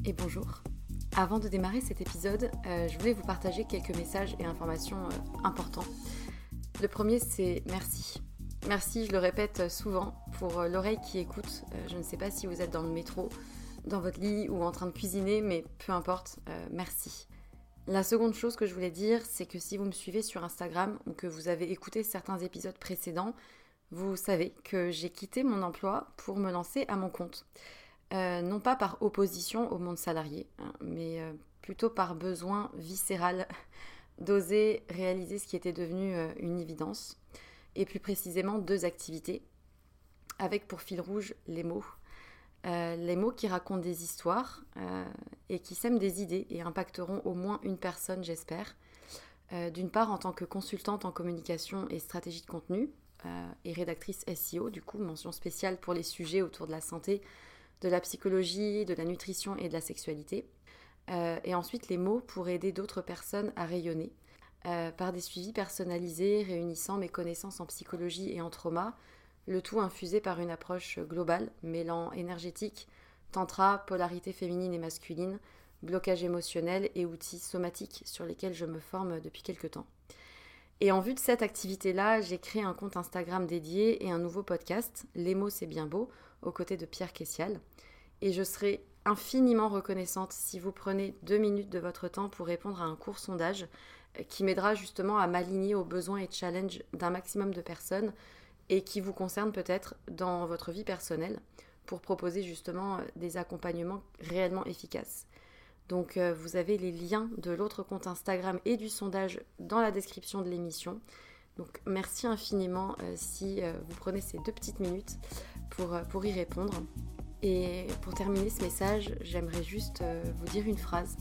et bonjour. Avant de démarrer cet épisode, je voulais vous partager quelques messages et informations importants. Le premier, c'est merci. Merci, je le répète souvent, pour l'oreille qui écoute. Je ne sais pas si vous êtes dans le métro, dans votre lit ou en train de cuisiner, mais peu importe, merci. La seconde chose que je voulais dire, c'est que si vous me suivez sur Instagram ou que vous avez écouté certains épisodes précédents, vous savez que j'ai quitté mon emploi pour me lancer à mon compte. Non pas par opposition au monde salarié, mais plutôt par besoin viscéral d'oser réaliser ce qui était devenu une évidence, et plus précisément 2 activités, avec pour fil rouge les mots. Les mots qui racontent des histoires et qui sèment des idées et impacteront au moins une personne, j'espère. D'une part en tant que consultante en communication et stratégie de contenu et rédactrice SEO, du coup mention spéciale pour les sujets autour de la santé, de la psychologie, de la nutrition et de la sexualité. Et ensuite les mots pour aider d'autres personnes à rayonner par des suivis personnalisés réunissant mes connaissances en psychologie et en trauma, le tout infusé par une approche globale mêlant énergétique, tantra, polarité féminine et masculine, blocage émotionnel et outils somatiques sur lesquels je me forme depuis quelques temps. Et en vue de cette activité-là, j'ai créé un compte Instagram dédié et un nouveau podcast, Les mots c'est bien beau, aux côtés de Pierre Kessial. Et je serai infiniment reconnaissante si vous prenez 2 minutes de votre temps pour répondre à un court sondage qui m'aidera justement à m'aligner aux besoins et challenges d'un maximum de personnes et qui vous concerne peut-être dans votre vie personnelle pour proposer justement des accompagnements réellement efficaces. Donc vous avez les liens de l'autre compte Instagram et du sondage dans la description de l'émission. Donc merci infiniment si vous prenez ces 2 petites minutes pour y répondre. Et pour terminer ce message, j'aimerais juste vous dire une phrase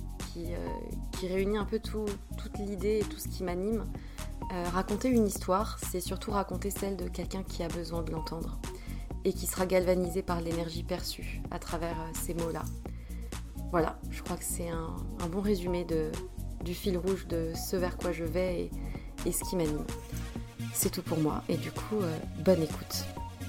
qui réunit un peu toute l'idée et tout ce qui m'anime. Raconter une histoire, c'est surtout raconter celle de quelqu'un qui a besoin de l'entendre et qui sera galvanisé par l'énergie perçue à travers ces mots-là. Voilà, je crois que c'est un bon résumé du fil rouge de ce vers quoi je vais et ce qui m'anime. C'est tout pour moi et du coup, bonne écoute.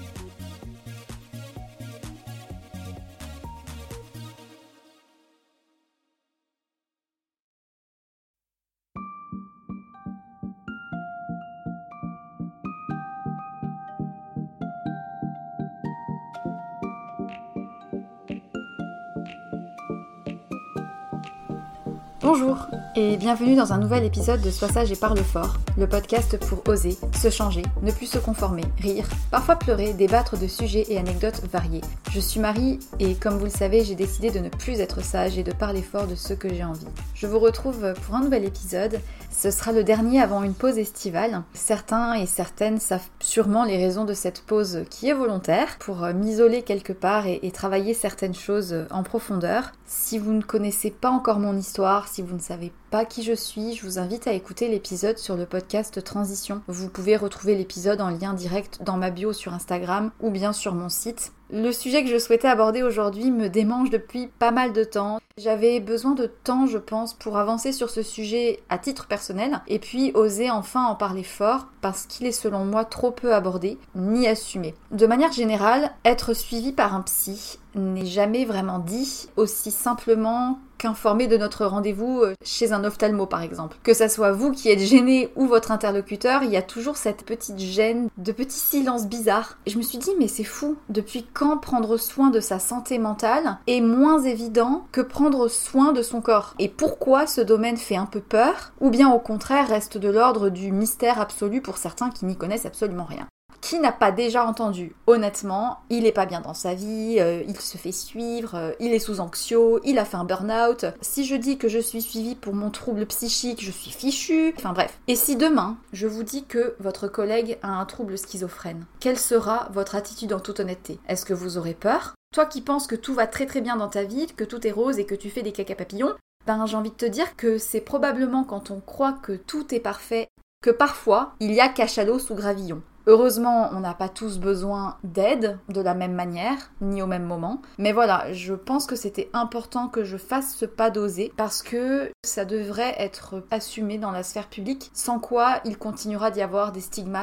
Bonjour et bienvenue dans un nouvel épisode de Sois sage et parle fort, le podcast pour oser, se changer, ne plus se conformer, rire, parfois pleurer, débattre de sujets et anecdotes variés. Je suis Marie et comme vous le savez, j'ai décidé de ne plus être sage et de parler fort de ce que j'ai envie. Je vous retrouve pour un nouvel épisode. Ce sera le dernier avant une pause estivale. Certains et certaines savent sûrement les raisons de cette pause qui est volontaire, pour m'isoler quelque part et travailler certaines choses en profondeur. Si vous ne connaissez pas encore mon histoire, si vous ne savez pas qui je suis, je vous invite à écouter l'épisode sur le podcast Transition. Vous pouvez retrouver l'épisode en lien direct dans ma bio sur Instagram ou bien sur mon site. Le sujet que je souhaitais aborder aujourd'hui me démange depuis pas mal de temps. J'avais besoin de temps, je pense, pour avancer sur ce sujet à titre personnel et puis oser enfin en parler fort parce qu'il est selon moi trop peu abordé ni assumé. De manière générale, être suivi par un psy n'est jamais vraiment dit aussi simplement qu'informer de notre rendez-vous chez un ophtalmo par exemple. Que ça soit vous qui êtes gêné ou votre interlocuteur, il y a toujours cette petite gêne, de petits silences bizarres. Et je me suis dit mais c'est fou, depuis quand prendre soin de sa santé mentale est moins évident que prendre soin de son corps? Et pourquoi ce domaine fait un peu peur, ou bien au contraire reste de l'ordre du mystère absolu pour certains qui n'y connaissent absolument rien? Qui n'a pas déjà entendu, honnêtement, il est pas bien dans sa vie, il se fait suivre, il est sous anxio, il a fait un burn-out. Si je dis que je suis suivie pour mon trouble psychique, je suis fichue. Enfin bref. Et si demain, je vous dis que votre collègue a un trouble schizophrène, quelle sera votre attitude en toute honnêteté? Est-ce que vous aurez peur? Toi qui penses que tout va très très bien dans ta vie, que tout est rose et que tu fais des caca papillons, j'ai envie de te dire que c'est probablement quand on croit que tout est parfait que parfois, il y a cachalot sous gravillon. Heureusement, on n'a pas tous besoin d'aide de la même manière, ni au même moment. Mais voilà, je pense que c'était important que je fasse ce pas d'oser parce que ça devrait être assumé dans la sphère publique, sans quoi il continuera d'y avoir des stigmates,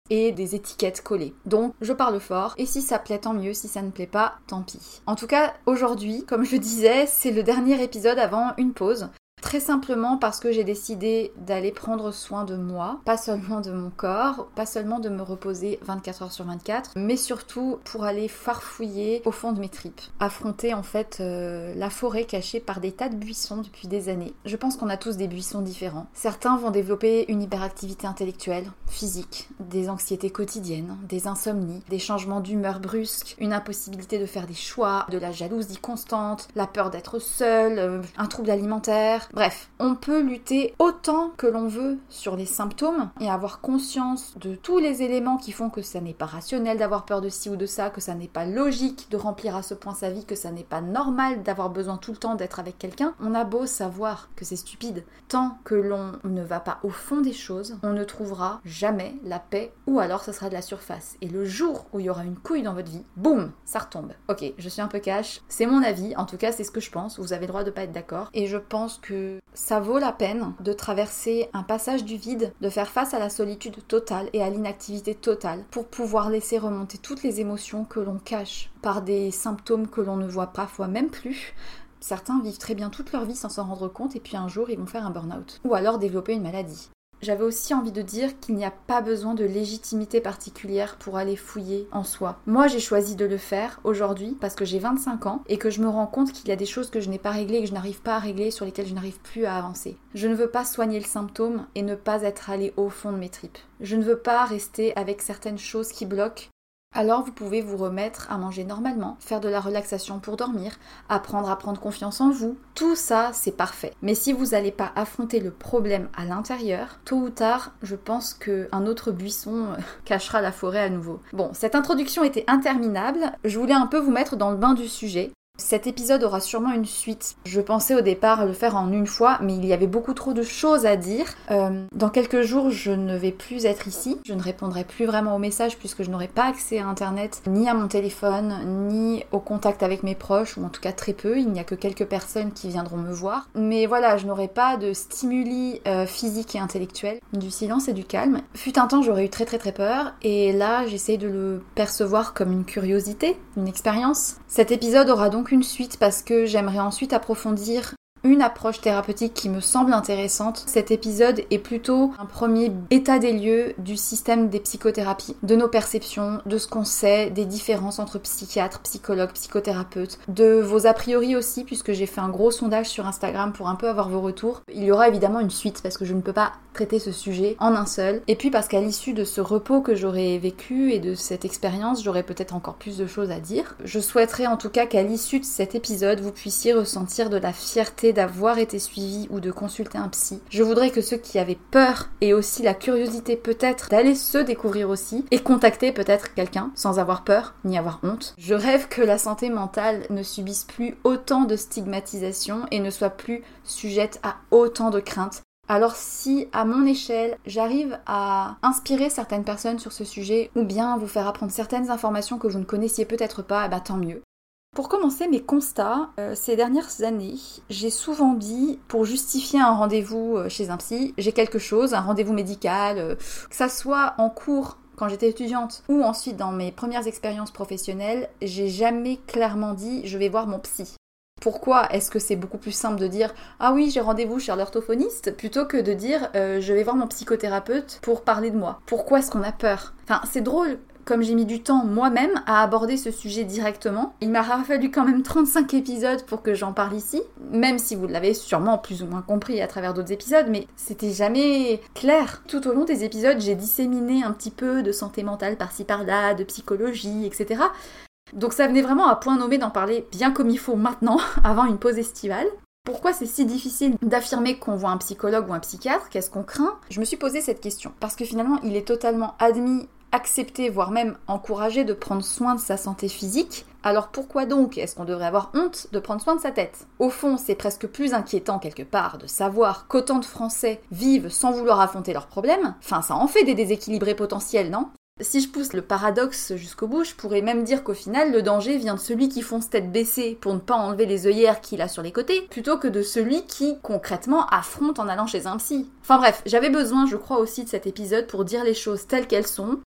et des étiquettes collées. Donc je parle fort, et si ça plaît tant mieux, si ça ne plaît pas, tant pis. En tout cas, aujourd'hui, comme je le disais, c'est le dernier épisode avant une pause. Très simplement parce que j'ai décidé d'aller prendre soin de moi, pas seulement de mon corps, pas seulement de me reposer 24 heures sur 24, mais surtout pour aller farfouiller au fond de mes tripes. Affronter en fait la forêt cachée par des tas de buissons depuis des années. Je pense qu'on a tous des buissons différents. Certains vont développer une hyperactivité intellectuelle, physique, des anxiétés quotidiennes, des insomnies, des changements d'humeur brusques, une impossibilité de faire des choix, de la jalousie constante, la peur d'être seul, un trouble alimentaire. Bref, on peut lutter autant que l'on veut sur les symptômes et avoir conscience de tous les éléments qui font que ça n'est pas rationnel d'avoir peur de ci ou de ça, que ça n'est pas logique de remplir à ce point sa vie, que ça n'est pas normal d'avoir besoin tout le temps d'être avec quelqu'un. On a beau savoir que c'est stupide, tant que l'on ne va pas au fond des choses, on ne trouvera jamais la paix ou alors ça sera de la surface. Et le jour où il y aura une couille dans votre vie, boum, ça retombe. Ok, je suis un peu cash, c'est mon avis, en tout cas c'est ce que je pense, vous avez le droit de pas être d'accord. Et je pense que ça vaut la peine de traverser un passage du vide, de faire face à la solitude totale et à l'inactivité totale pour pouvoir laisser remonter toutes les émotions que l'on cache par des symptômes que l'on ne voit parfois même plus. Certains vivent très bien toute leur vie sans s'en rendre compte et puis un jour ils vont faire un burn-out ou alors développer une maladie. J'avais aussi envie de dire qu'il n'y a pas besoin de légitimité particulière pour aller fouiller en soi. Moi, j'ai choisi de le faire aujourd'hui parce que j'ai 25 ans et que je me rends compte qu'il y a des choses que je n'ai pas réglées et que je n'arrive pas à régler, sur lesquelles je n'arrive plus à avancer. Je ne veux pas soigner le symptôme et ne pas être allée au fond de mes tripes. Je ne veux pas rester avec certaines choses qui bloquent. Alors vous pouvez vous remettre à manger normalement, faire de la relaxation pour dormir, apprendre à prendre confiance en vous. Tout ça, c'est parfait. Mais si vous n'allez pas affronter le problème à l'intérieur, tôt ou tard, je pense qu'un autre buisson cachera la forêt à nouveau. Bon, cette introduction était interminable. Je voulais un peu vous mettre dans le bain du sujet. Cet épisode aura sûrement une suite. Je pensais au départ le faire en une fois, mais il y avait beaucoup trop de choses à dire. Dans quelques jours, je ne vais plus être ici. Je ne répondrai plus vraiment aux messages puisque je n'aurai pas accès à Internet, ni à mon téléphone, ni au contact avec mes proches, ou en tout cas très peu. Il n'y a que quelques personnes qui viendront me voir. Mais voilà, je n'aurai pas de stimuli physiques et intellectuels, du silence et du calme. Fut un temps, j'aurais eu très peur, et là, j'essaye de le percevoir comme une curiosité, une expérience. Cet épisode aura donc une suite parce que j'aimerais ensuite approfondir une approche thérapeutique qui me semble intéressante. Cet épisode est plutôt un premier état des lieux du système des psychothérapies, de nos perceptions, de ce qu'on sait, des différences entre psychiatres, psychologues, psychothérapeutes, de vos a priori aussi, puisque j'ai fait un gros sondage sur Instagram pour un peu avoir vos retours. Il y aura évidemment une suite parce que je ne peux pas traiter ce sujet en un seul, et puis parce qu'à l'issue de ce repos que j'aurais vécu et de cette expérience, j'aurais peut-être encore plus de choses à dire. Je souhaiterais en tout cas qu'à l'issue de cet épisode, vous puissiez ressentir de la fierté d'avoir été suivi ou de consulter un psy. Je voudrais que ceux qui avaient peur et aussi la curiosité peut-être d'aller se découvrir aussi et contacter peut-être quelqu'un sans avoir peur ni avoir honte. Je rêve que la santé mentale ne subisse plus autant de stigmatisation et ne soit plus sujette à autant de craintes. Alors si, à mon échelle, j'arrive à inspirer certaines personnes sur ce sujet ou bien vous faire apprendre certaines informations que vous ne connaissiez peut-être pas, tant mieux. Pour commencer mes constats, ces dernières années, j'ai souvent dit, pour justifier un rendez-vous chez un psy, j'ai quelque chose, un rendez-vous médical, que ça soit en cours quand j'étais étudiante ou ensuite dans mes premières expériences professionnelles, j'ai jamais clairement dit je vais voir mon psy. Pourquoi est-ce que c'est beaucoup plus simple de dire « Ah oui, j'ai rendez-vous chez l'orthophoniste » plutôt que de dire « Je vais voir mon psychothérapeute pour parler de moi ». Pourquoi est-ce qu'on a peur ? Enfin, c'est drôle, comme j'ai mis du temps moi-même à aborder ce sujet directement. Il m'a fallu quand même 35 épisodes pour que j'en parle ici, même si vous l'avez sûrement plus ou moins compris à travers d'autres épisodes, mais c'était jamais clair. Tout au long des épisodes, j'ai disséminé un petit peu de santé mentale par-ci par-là, de psychologie, etc. Donc ça venait vraiment à point nommé d'en parler bien comme il faut maintenant, avant une pause estivale. Pourquoi c'est si difficile d'affirmer qu'on voit un psychologue ou un psychiatre ? Qu'est-ce qu'on craint ? Je me suis posé cette question, parce que finalement il est totalement admis, accepté, voire même encouragé de prendre soin de sa santé physique. Alors pourquoi donc est-ce qu'on devrait avoir honte de prendre soin de sa tête ? Au fond, c'est presque plus inquiétant quelque part de savoir qu'autant de Français vivent sans vouloir affronter leurs problèmes. Enfin, ça en fait des déséquilibrés potentiels, non ? Si je pousse le paradoxe jusqu'au bout, je pourrais même dire qu'au final, le danger vient de celui qui fonce tête baissée pour ne pas enlever les œillères qu'il a sur les côtés, plutôt que de celui qui, concrètement, affronte en allant chez un psy. Enfin bref, j'avais besoin, je crois aussi, de cet épisode pour dire les choses telles qu'elles sont,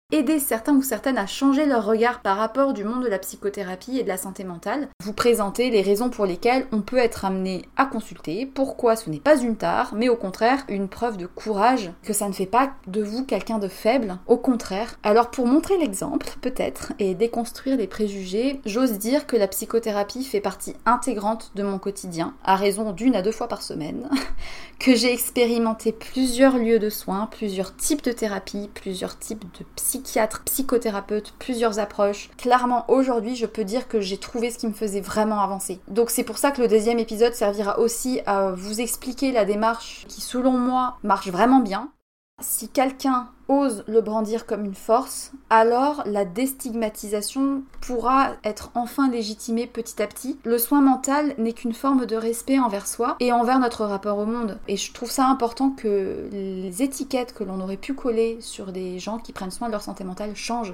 aider certains ou certaines à changer leur regard par rapport du monde de la psychothérapie et de la santé mentale, vous présenter les raisons pour lesquelles on peut être amené à consulter, pourquoi ce n'est pas une tare, mais au contraire une preuve de courage, que ça ne fait pas de vous quelqu'un de faible, au contraire. Alors pour montrer l'exemple, peut-être, et déconstruire les préjugés, j'ose dire que la psychothérapie fait partie intégrante de mon quotidien, à raison d'1 à 2 fois par semaine, que j'ai expérimenté plusieurs lieux de soins, plusieurs types de thérapie, plusieurs types de psychiatres, psychothérapeutes, plusieurs approches. Clairement, aujourd'hui, je peux dire que j'ai trouvé ce qui me faisait vraiment avancer. Donc c'est pour ça que le 2e épisode servira aussi à vous expliquer la démarche qui, selon moi, marche vraiment bien. Si quelqu'un ose le brandir comme une force, alors la déstigmatisation pourra être enfin légitimée petit à petit. Le soin mental n'est qu'une forme de respect envers soi et envers notre rapport au monde. Et je trouve ça important que les étiquettes que l'on aurait pu coller sur des gens qui prennent soin de leur santé mentale changent.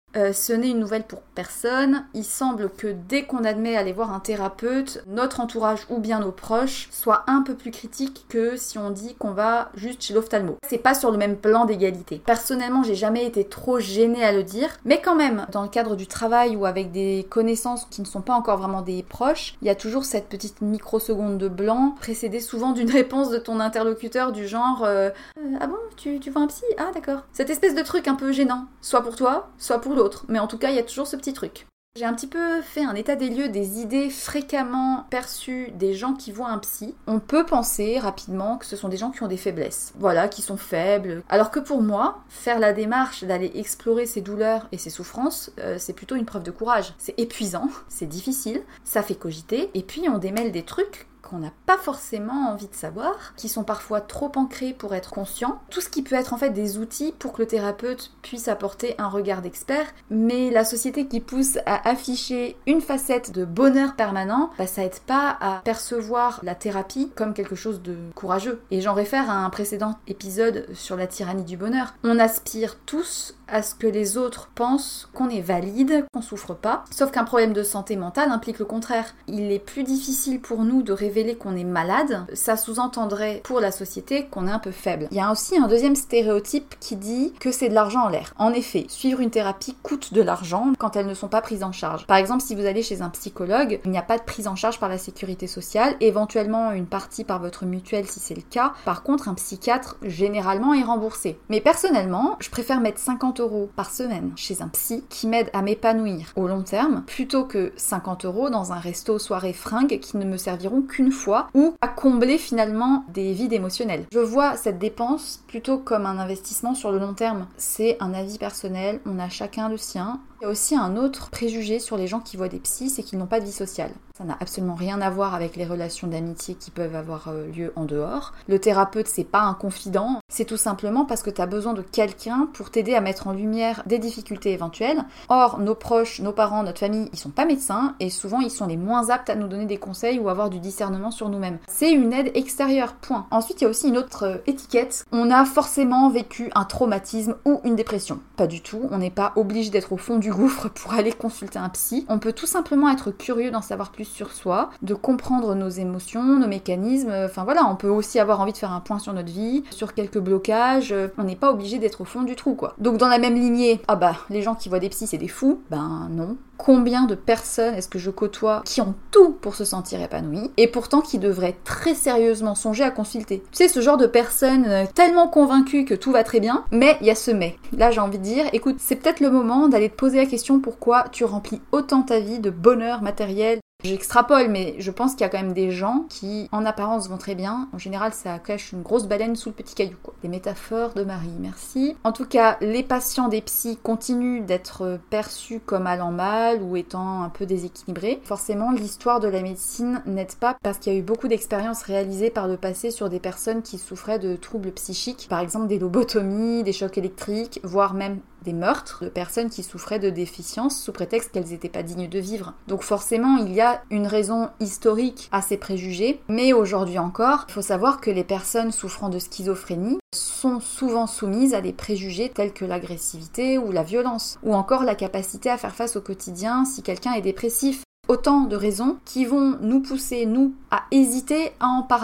Ce n'est une nouvelle pour personne. Il semble que dès qu'on admet aller voir un thérapeute, notre entourage ou bien nos proches soient un peu plus critiques que si on dit qu'on va juste chez l'ophtalmo. C'est pas sur le même plan d'égalité. Personnellement, j'ai jamais été trop gênée à le dire, mais quand même, dans le cadre du travail ou avec des connaissances qui ne sont pas encore vraiment des proches, il y a toujours cette petite microseconde de blanc, précédée souvent d'une réponse de ton interlocuteur du genre ah bon, tu vois un psy? Ah d'accord. Cette espèce de truc un peu gênant, soit pour toi, soit pour l'autre. Mais en tout cas, il y a toujours ce petit truc. J'ai un petit peu fait un état des lieux des idées fréquemment perçues des gens qui voient un psy. On peut penser rapidement que ce sont des gens qui ont des faiblesses, voilà, qui sont faibles. Alors que pour moi, faire la démarche d'aller explorer ces douleurs et ces souffrances, c'est plutôt une preuve de courage. C'est épuisant, c'est difficile, ça fait cogiter, et puis on démêle des trucs qu'on n'a pas forcément envie de savoir, qui sont parfois trop ancrés pour être conscients. Tout ce qui peut être en fait des outils pour que le thérapeute puisse apporter un regard d'expert, mais la société qui pousse à afficher une facette de bonheur permanent, ça aide pas à percevoir la thérapie comme quelque chose de courageux. Et j'en réfère à un précédent épisode sur la tyrannie du bonheur. On aspire tous à ce que les autres pensent qu'on est valide, qu'on souffre pas. Sauf qu'un problème de santé mentale implique le contraire. Il est plus difficile pour nous de révéler qu'on est malade. Ça sous-entendrait pour la société qu'on est un peu faible. Il y a aussi un deuxième stéréotype qui dit que c'est de l'argent en l'air. En effet, suivre une thérapie coûte de l'argent quand elles ne sont pas prises en charge. Par exemple, si vous allez chez un psychologue, il n'y a pas de prise en charge par la sécurité sociale, éventuellement une partie par votre mutuelle si c'est le cas. Par contre, un psychiatre, généralement, est remboursé. Mais personnellement, je préfère mettre 50 € par semaine chez un psy qui m'aide à m'épanouir au long terme plutôt que 50 € dans un resto soirée fringue qui ne me serviront qu'une fois ou à combler finalement des vides émotionnels. Je vois cette dépense plutôt comme un investissement sur le long terme. C'est un avis personnel, on a chacun le sien. Il y a aussi un autre préjugé sur les gens qui voient des psys, c'est qu'ils n'ont pas de vie sociale. Ça n'a absolument rien à voir avec les relations d'amitié qui peuvent avoir lieu en dehors. Le thérapeute, c'est pas un confident, c'est tout simplement parce que tu as besoin de quelqu'un pour t'aider à mettre en lumière des difficultés éventuelles. Or, nos proches, nos parents, notre famille, ils sont pas médecins et souvent ils sont les moins aptes à nous donner des conseils ou avoir du discernement sur nous-mêmes. C'est une aide extérieure, point. Ensuite, il y a aussi une autre étiquette. On a forcément vécu un traumatisme ou une dépression. Pas du tout, on n'est pas obligé d'être au fond du gouffre pour aller consulter un psy. On peut tout simplement être curieux d'en savoir plus sur soi, de comprendre nos émotions, nos mécanismes, enfin voilà, on peut aussi avoir envie de faire un point sur notre vie, sur quelques blocages, on n'est pas obligé d'être au fond du trou quoi. Donc dans la même lignée, les gens qui voient des psys c'est des fous, non. Combien de personnes est-ce que je côtoie qui ont tout pour se sentir épanouies et pourtant qui devraient très sérieusement songer à consulter. Tu sais, ce genre de personnes tellement convaincues que tout va très bien, mais il y a ce mais. Là j'ai envie de dire, écoute, c'est peut-être le moment d'aller te poser la question pourquoi tu remplis autant ta vie de bonheur matériel. J'extrapole, mais je pense qu'il y a quand même des gens qui, en apparence, vont très bien. En général, ça cache une grosse baleine sous le petit caillou, quoi. Des métaphores de Marie, merci. En tout cas, les patients des psys continuent d'être perçus comme allant mal ou étant un peu déséquilibrés. Forcément, l'histoire de la médecine n'aide pas parce qu'il y a eu beaucoup d'expériences réalisées par le passé sur des personnes qui souffraient de troubles psychiques, par exemple des lobotomies, des chocs électriques, voire même des meurtres de personnes qui souffraient de déficiences sous prétexte qu'elles n'étaient pas dignes de vivre. Donc forcément, il y a une raison historique à ces préjugés, mais aujourd'hui encore, il faut savoir que les personnes souffrant de schizophrénie sont souvent soumises à des préjugés tels que l'agressivité ou la violence, ou encore la capacité à faire face au quotidien si quelqu'un est dépressif. Autant de raisons qui vont nous pousser, nous, à hésiter à en parler.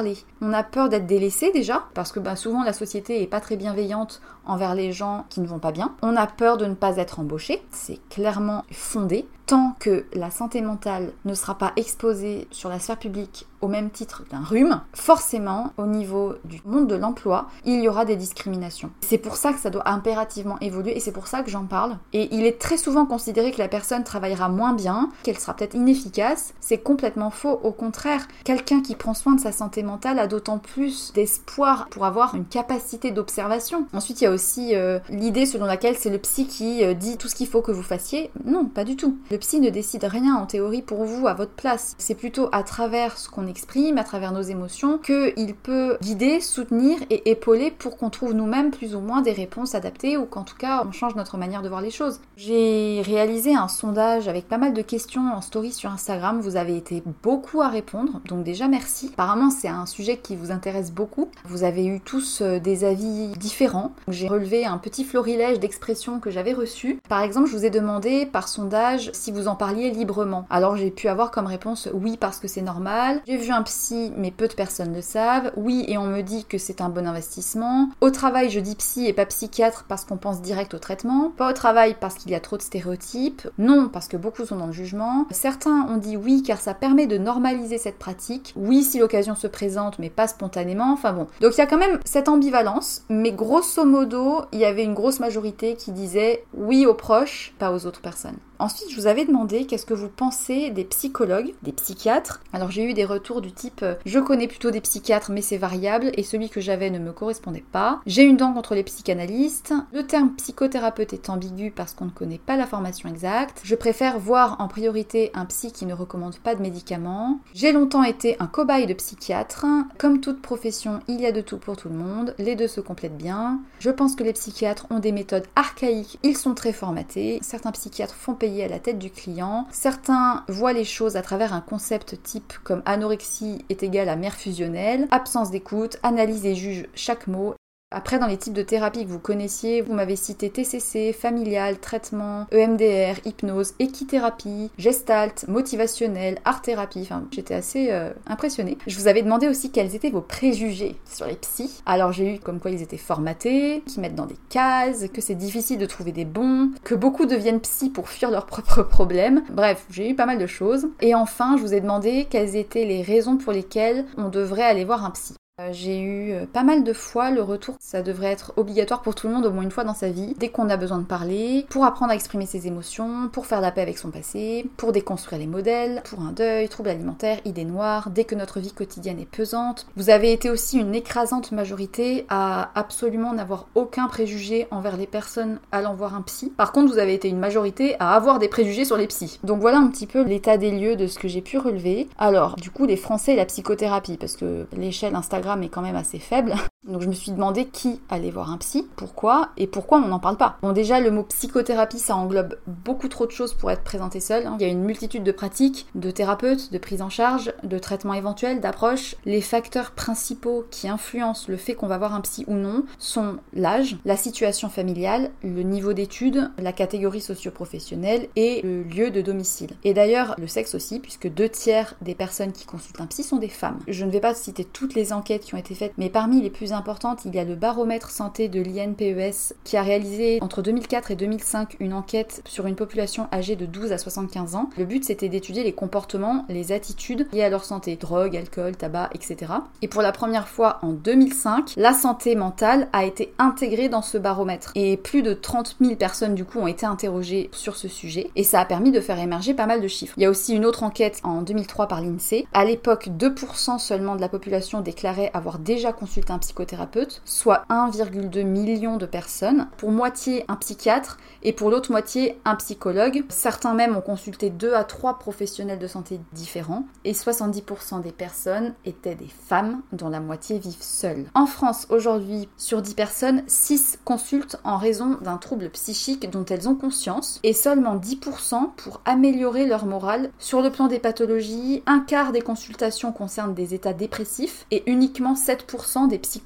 On a peur d'être délaissé déjà, parce que souvent la société est pas très bienveillante envers les gens qui ne vont pas bien. On a peur de ne pas être embauché, c'est clairement fondé. Tant que la santé mentale ne sera pas exposée sur la sphère publique au même titre qu'un rhume, forcément, au niveau du monde de l'emploi, il y aura des discriminations. C'est pour ça que ça doit impérativement évoluer et c'est pour ça que j'en parle. Et il est très souvent considéré que la personne travaillera moins bien, qu'elle sera peut-être inefficace. C'est complètement faux. Au contraire, quelqu'un qui prend soin de sa santé mentale a d'autant plus d'espoir pour avoir une capacité d'observation. Ensuite, il y a aussi l'idée selon laquelle c'est le psy qui dit tout ce qu'il faut que vous fassiez. Non, pas du tout. Le psy ne décide rien en théorie pour vous à votre place. C'est plutôt à travers ce qu'on exprime, à travers nos émotions, qu'il peut guider, soutenir et épauler pour qu'on trouve nous-mêmes plus ou moins des réponses adaptées ou qu'en tout cas on change notre manière de voir les choses. J'ai réalisé un sondage avec pas mal de questions en story sur Instagram. Vous avez été beaucoup à répondre, donc déjà merci. Apparemment c'est un sujet qui vous intéresse beaucoup. Vous avez eu tous des avis différents. J'ai relevé un petit florilège d'expressions que j'avais reçues. Par exemple, je vous ai demandé par sondage si vous en parliez librement. Alors j'ai pu avoir comme réponse oui parce que c'est normal. J'ai vu un psy mais peu de personnes le savent. Oui et on me dit que c'est un bon investissement. Au travail je dis psy et pas psychiatre parce qu'on pense direct au traitement. Pas au travail parce qu'il y a trop de stéréotypes. Non parce que beaucoup sont dans le jugement. Certains ont dit oui car ça permet de normaliser cette pratique. Oui si l'occasion se présente mais pas spontanément. Enfin bon. Donc il y a quand même cette ambivalence mais grosso modo il y avait une grosse majorité qui disait oui aux proches, pas aux autres personnes. Ensuite, je vous avais demandé qu'est-ce que vous pensez des psychologues, des psychiatres. Alors j'ai eu des retours du type je connais plutôt des psychiatres mais c'est variable et celui que j'avais ne me correspondait pas. J'ai une dent contre les psychanalystes. Le terme psychothérapeute est ambigu parce qu'on ne connaît pas la formation exacte. Je préfère voir en priorité un psy qui ne recommande pas de médicaments. J'ai longtemps été un cobaye de psychiatre. Comme toute profession, il y a de tout pour tout le monde. Les deux se complètent bien. Je pense que les psychiatres ont des méthodes archaïques. Ils sont très formatés. Certains psychiatres font payer à la tête du client. Certains voient les choses à travers un concept type comme anorexie est égale à mère fusionnelle, absence d'écoute, analyse et juge chaque mot. Après, dans les types de thérapie que vous connaissiez, vous m'avez cité TCC, familial, traitement, EMDR, hypnose, équithérapie, gestalt, motivationnel, art-thérapie. Enfin, j'étais assez impressionnée. Je vous avais demandé aussi quels étaient vos préjugés sur les psys. Alors, j'ai eu comme quoi ils étaient formatés, qu'ils mettent dans des cases, que c'est difficile de trouver des bons, que beaucoup deviennent psy pour fuir leurs propres problèmes. Bref, j'ai eu pas mal de choses. Et enfin, je vous ai demandé quelles étaient les raisons pour lesquelles on devrait aller voir un psy. J'ai eu pas mal de fois le retour, ça devrait être obligatoire pour tout le monde au moins une fois dans sa vie, dès qu'on a besoin de parler, pour apprendre à exprimer ses émotions, pour faire la paix avec son passé, pour déconstruire les modèles, pour un deuil, troubles alimentaires, idées noires, dès que notre vie quotidienne est pesante. Vous avez été aussi une écrasante majorité à absolument n'avoir aucun préjugé envers les personnes allant voir un psy. Par contre, vous avez été une majorité à avoir des préjugés sur les psys. Donc voilà un petit peu l'état des lieux de ce que j'ai pu relever. Alors, du coup, les Français et la psychothérapie, parce que l'échelle Instagram est quand même assez faible. Donc je me suis demandé qui allait voir un psy, pourquoi, et pourquoi on n'en parle pas. Bon déjà le mot psychothérapie ça englobe beaucoup trop de choses pour être présenté seul. Il y a une multitude de pratiques, de thérapeutes, de prise en charge, de traitements éventuels, d'approches. Les facteurs principaux qui influencent le fait qu'on va voir un psy ou non sont l'âge, la situation familiale, le niveau d'études, la catégorie socio-professionnelle et le lieu de domicile. Et d'ailleurs le sexe aussi, puisque 2/3 des personnes qui consultent un psy sont des femmes. Je ne vais pas citer toutes les enquêtes qui ont été faites, mais parmi les plus importantes, il y a le baromètre santé de l'INPES qui a réalisé entre 2004 et 2005 une enquête sur une population âgée de 12 à 75 ans. Le but c'était d'étudier les comportements, les attitudes liées à leur santé, drogue, alcool, tabac, etc. Et pour la première fois en 2005, la santé mentale a été intégrée dans ce baromètre. Et plus de 30 000 personnes du coup ont été interrogées sur ce sujet et ça a permis de faire émerger pas mal de chiffres. Il y a aussi une autre enquête en 2003 par l'INSEE. À l'époque, 2% seulement de la population déclarait avoir déjà consulté un psychothérapeute, soit 1,2 million de personnes, pour moitié un psychiatre et pour l'autre moitié un psychologue. Certains même ont consulté 2 à 3 professionnels de santé différents et 70% des personnes étaient des femmes dont la moitié vivent seules. En France, aujourd'hui, sur 10 personnes, 6 consultent en raison d'un trouble psychique dont elles ont conscience et seulement 10% pour améliorer leur morale. Sur le plan des pathologies, un quart des consultations concernent des états dépressifs et uniquement 7% des psychoses.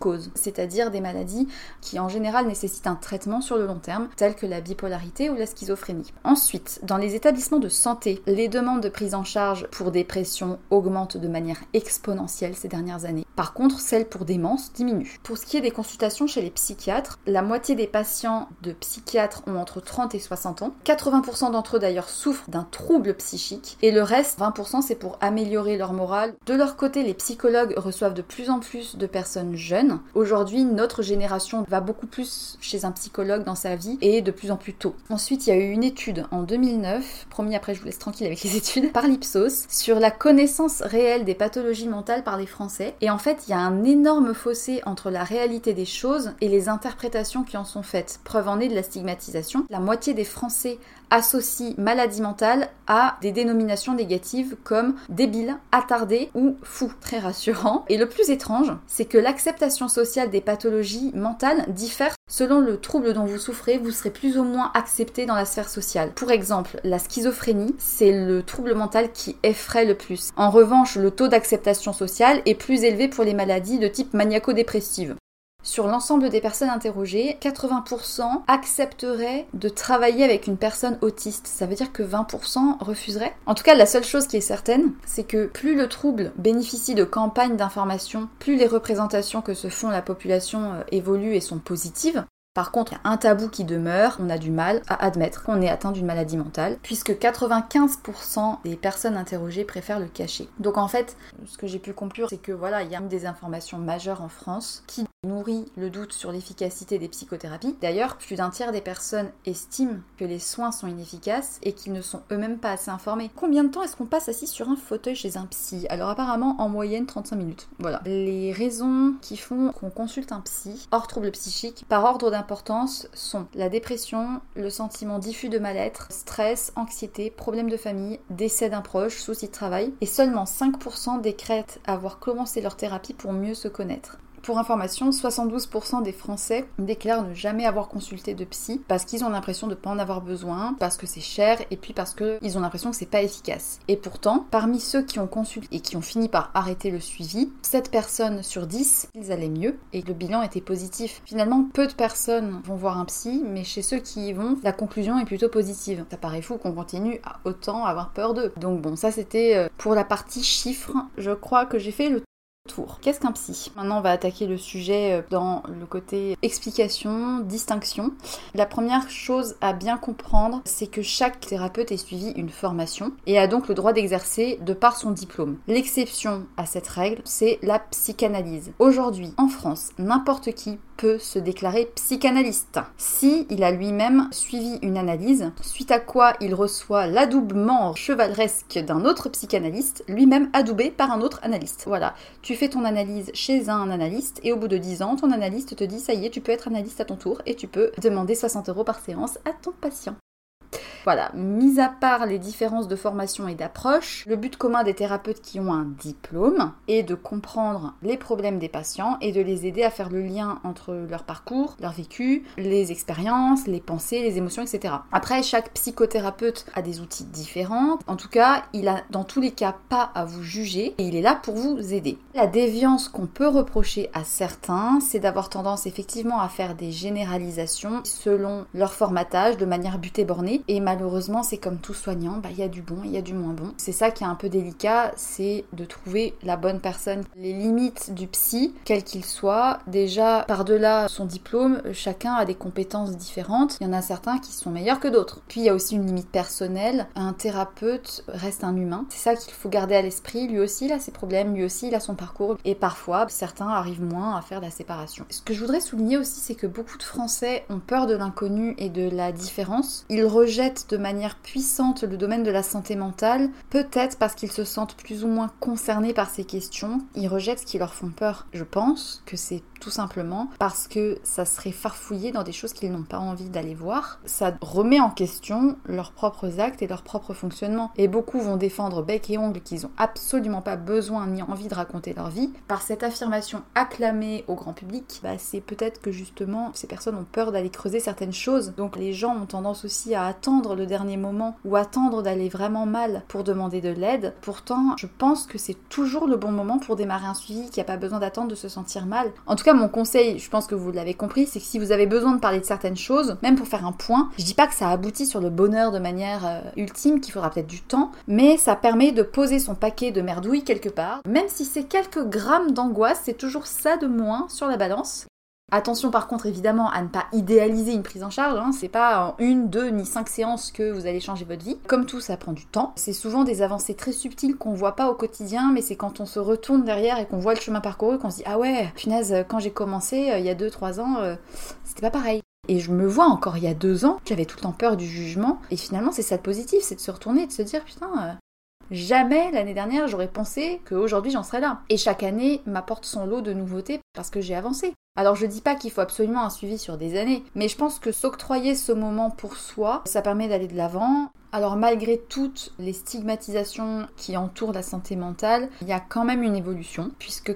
psychoses, c'est-à-dire des maladies qui en général nécessitent un traitement sur le long terme, telles que la bipolarité ou la schizophrénie. Ensuite, dans les établissements de santé, les demandes de prise en charge pour dépression augmentent de manière exponentielle ces dernières années. Par contre, celles pour démence diminuent. Pour ce qui est des consultations chez les psychiatres, la moitié des patients de psychiatres ont entre 30 et 60 ans. 80% d'entre eux d'ailleurs souffrent d'un trouble psychique et le reste, 20%, c'est pour améliorer leur morale. De leur côté, les psychologues reçoivent de plus en plus de personnes jeunes. Aujourd'hui, notre génération va beaucoup plus chez un psychologue dans sa vie et de plus en plus tôt. Ensuite, il y a eu une étude en 2009, promis après je vous laisse tranquille avec les études, par l'Ipsos, sur la connaissance réelle des pathologies mentales par les Français. Et en fait, il y a un énorme fossé entre la réalité des choses et les interprétations qui en sont faites. Preuve en est de la stigmatisation. La moitié des Français associent maladie mentale à des dénominations négatives comme débile, attardé ou fou. Très rassurant. Et le plus étrange, c'est que l'acceptation sociale des pathologies mentales diffère selon le trouble dont vous souffrez, vous serez plus ou moins accepté dans la sphère sociale. Pour exemple, la schizophrénie, c'est le trouble mental qui effraie le plus. En revanche, le taux d'acceptation sociale est plus élevé pour les maladies de type maniaco-dépressive. Sur l'ensemble des personnes interrogées, 80% accepteraient de travailler avec une personne autiste. Ça veut dire que 20% refuseraient. En tout cas, la seule chose qui est certaine, c'est que plus le trouble bénéficie de campagnes d'information, plus les représentations que se font la population évoluent et sont positives. Par contre, il y a un tabou qui demeure, on a du mal à admettre qu'on est atteint d'une maladie mentale, puisque 95% des personnes interrogées préfèrent le cacher. Donc en fait, ce que j'ai pu conclure, c'est que voilà, il y a une désinformation majeure en France qui nourrit le doute sur l'efficacité des psychothérapies. D'ailleurs, plus d'un tiers des personnes estiment que les soins sont inefficaces et qu'ils ne sont eux-mêmes pas assez informés. Combien de temps est-ce qu'on passe assis sur un fauteuil chez un psy? Alors apparemment, en moyenne, 35 minutes. Voilà. Les raisons qui font qu'on consulte un psy, hors trouble psychique, par ordre d'importance, sont la dépression, le sentiment diffus de mal-être, stress, anxiété, problèmes de famille, décès d'un proche, soucis de travail, et seulement 5% décrètent avoir commencé leur thérapie pour mieux se connaître. Pour information, 72% des Français déclarent ne jamais avoir consulté de psy parce qu'ils ont l'impression de ne pas en avoir besoin, parce que c'est cher et puis parce qu'ils ont l'impression que c'est pas efficace. Et pourtant, parmi ceux qui ont consulté et qui ont fini par arrêter le suivi, 7 personnes sur 10, ils allaient mieux et le bilan était positif. Finalement, peu de personnes vont voir un psy, mais chez ceux qui y vont, la conclusion est plutôt positive. Ça paraît fou qu'on continue à autant avoir peur d'eux. Donc bon, ça c'était pour la partie chiffres. Je crois que j'ai fait le tour. Qu'est-ce qu'un psy? Maintenant, on va attaquer le sujet dans le côté explication, distinction. La première chose à bien comprendre, c'est que chaque thérapeute est suivi une formation et a donc le droit d'exercer de par son diplôme. L'exception à cette règle, c'est la psychanalyse. Aujourd'hui, en France, n'importe qui peut se déclarer psychanalyste si il a lui-même suivi une analyse, suite à quoi il reçoit l'adoubement chevaleresque d'un autre psychanalyste, lui-même adoubé par un autre analyste. Voilà, tu fais ton analyse chez un analyste et au bout de 10 ans, ton analyste te dit ça y est, tu peux être analyste à ton tour et tu peux demander 60 € par séance à ton patient. Voilà, mis à part les différences de formation et d'approche, le but commun des thérapeutes qui ont un diplôme est de comprendre les problèmes des patients et de les aider à faire le lien entre leur parcours, leur vécu, les expériences, les pensées, les émotions, etc. Après, chaque psychothérapeute a des outils différents. En tout cas, il a dans tous les cas pas à vous juger et il est là pour vous aider. La déviance qu'on peut reprocher à certains, c'est d'avoir tendance effectivement à faire des généralisations selon leur formatage de manière butée bornée. Et malheureusement, c'est comme tout soignant, il y a du bon, il y a du moins bon. C'est ça qui est un peu délicat, c'est de trouver la bonne personne. Les limites du psy, quel qu'il soit, déjà par-delà son diplôme, chacun a des compétences différentes. Il y en a certains qui sont meilleurs que d'autres. Puis il y a aussi une limite personnelle. Un thérapeute reste un humain. C'est ça qu'il faut garder à l'esprit. Lui aussi, il a ses problèmes, lui aussi, il a son parcours. Et parfois, certains arrivent moins à faire la séparation. Ce que je voudrais souligner aussi, c'est que beaucoup de Français ont peur de l'inconnu et de la différence. Ils rejettent de manière puissante le domaine de la santé mentale, peut-être parce qu'ils se sentent plus ou moins concernés par ces questions. Ils rejettent ce qui leur font peur. Je pense que c'est tout simplement parce que ça serait farfouillé dans des choses qu'ils n'ont pas envie d'aller voir. Ça remet en question leurs propres actes et leur propre fonctionnement. Et beaucoup vont défendre bec et ongle qu'ils n'ont absolument pas besoin ni envie de raconter leur vie. Par cette affirmation acclamée au grand public, c'est peut-être que justement ces personnes ont peur d'aller creuser certaines choses. Donc les gens ont tendance aussi à attendre attendre le dernier moment ou attendre d'aller vraiment mal pour demander de l'aide. Pourtant, je pense que c'est toujours le bon moment pour démarrer un suivi, qu'il n'y a pas besoin d'attendre de se sentir mal. En tout cas, mon conseil, je pense que vous l'avez compris, c'est que si vous avez besoin de parler de certaines choses, même pour faire un point, je dis pas que ça aboutit sur le bonheur de manière ultime, qu'il faudra peut-être du temps, mais ça permet de poser son paquet de merdouilles quelque part. Même si c'est quelques grammes d'angoisse, c'est toujours ça de moins sur la balance. Attention par contre évidemment à ne pas idéaliser une prise en charge, c'est pas en 1, 2 ni 5 séances que vous allez changer votre vie. Comme tout, ça prend du temps. C'est souvent des avancées très subtiles qu'on voit pas au quotidien, mais c'est quand on se retourne derrière et qu'on voit le chemin parcouru qu'on se dit ah ouais, punaise, quand j'ai commencé il y a 2-3 ans, c'était pas pareil. Et je me vois encore il y a 2 ans, j'avais tout le temps peur du jugement, et finalement c'est ça de positif, c'est de se retourner et de se dire putain... Jamais l'année dernière j'aurais pensé qu'aujourd'hui j'en serais là. Et chaque année m'apporte son lot de nouveautés parce que j'ai avancé. Alors je dis pas qu'il faut absolument un suivi sur des années, mais je pense que s'octroyer ce moment pour soi, ça permet d'aller de l'avant. Alors malgré toutes les stigmatisations qui entourent la santé mentale, il y a quand même une évolution, puisque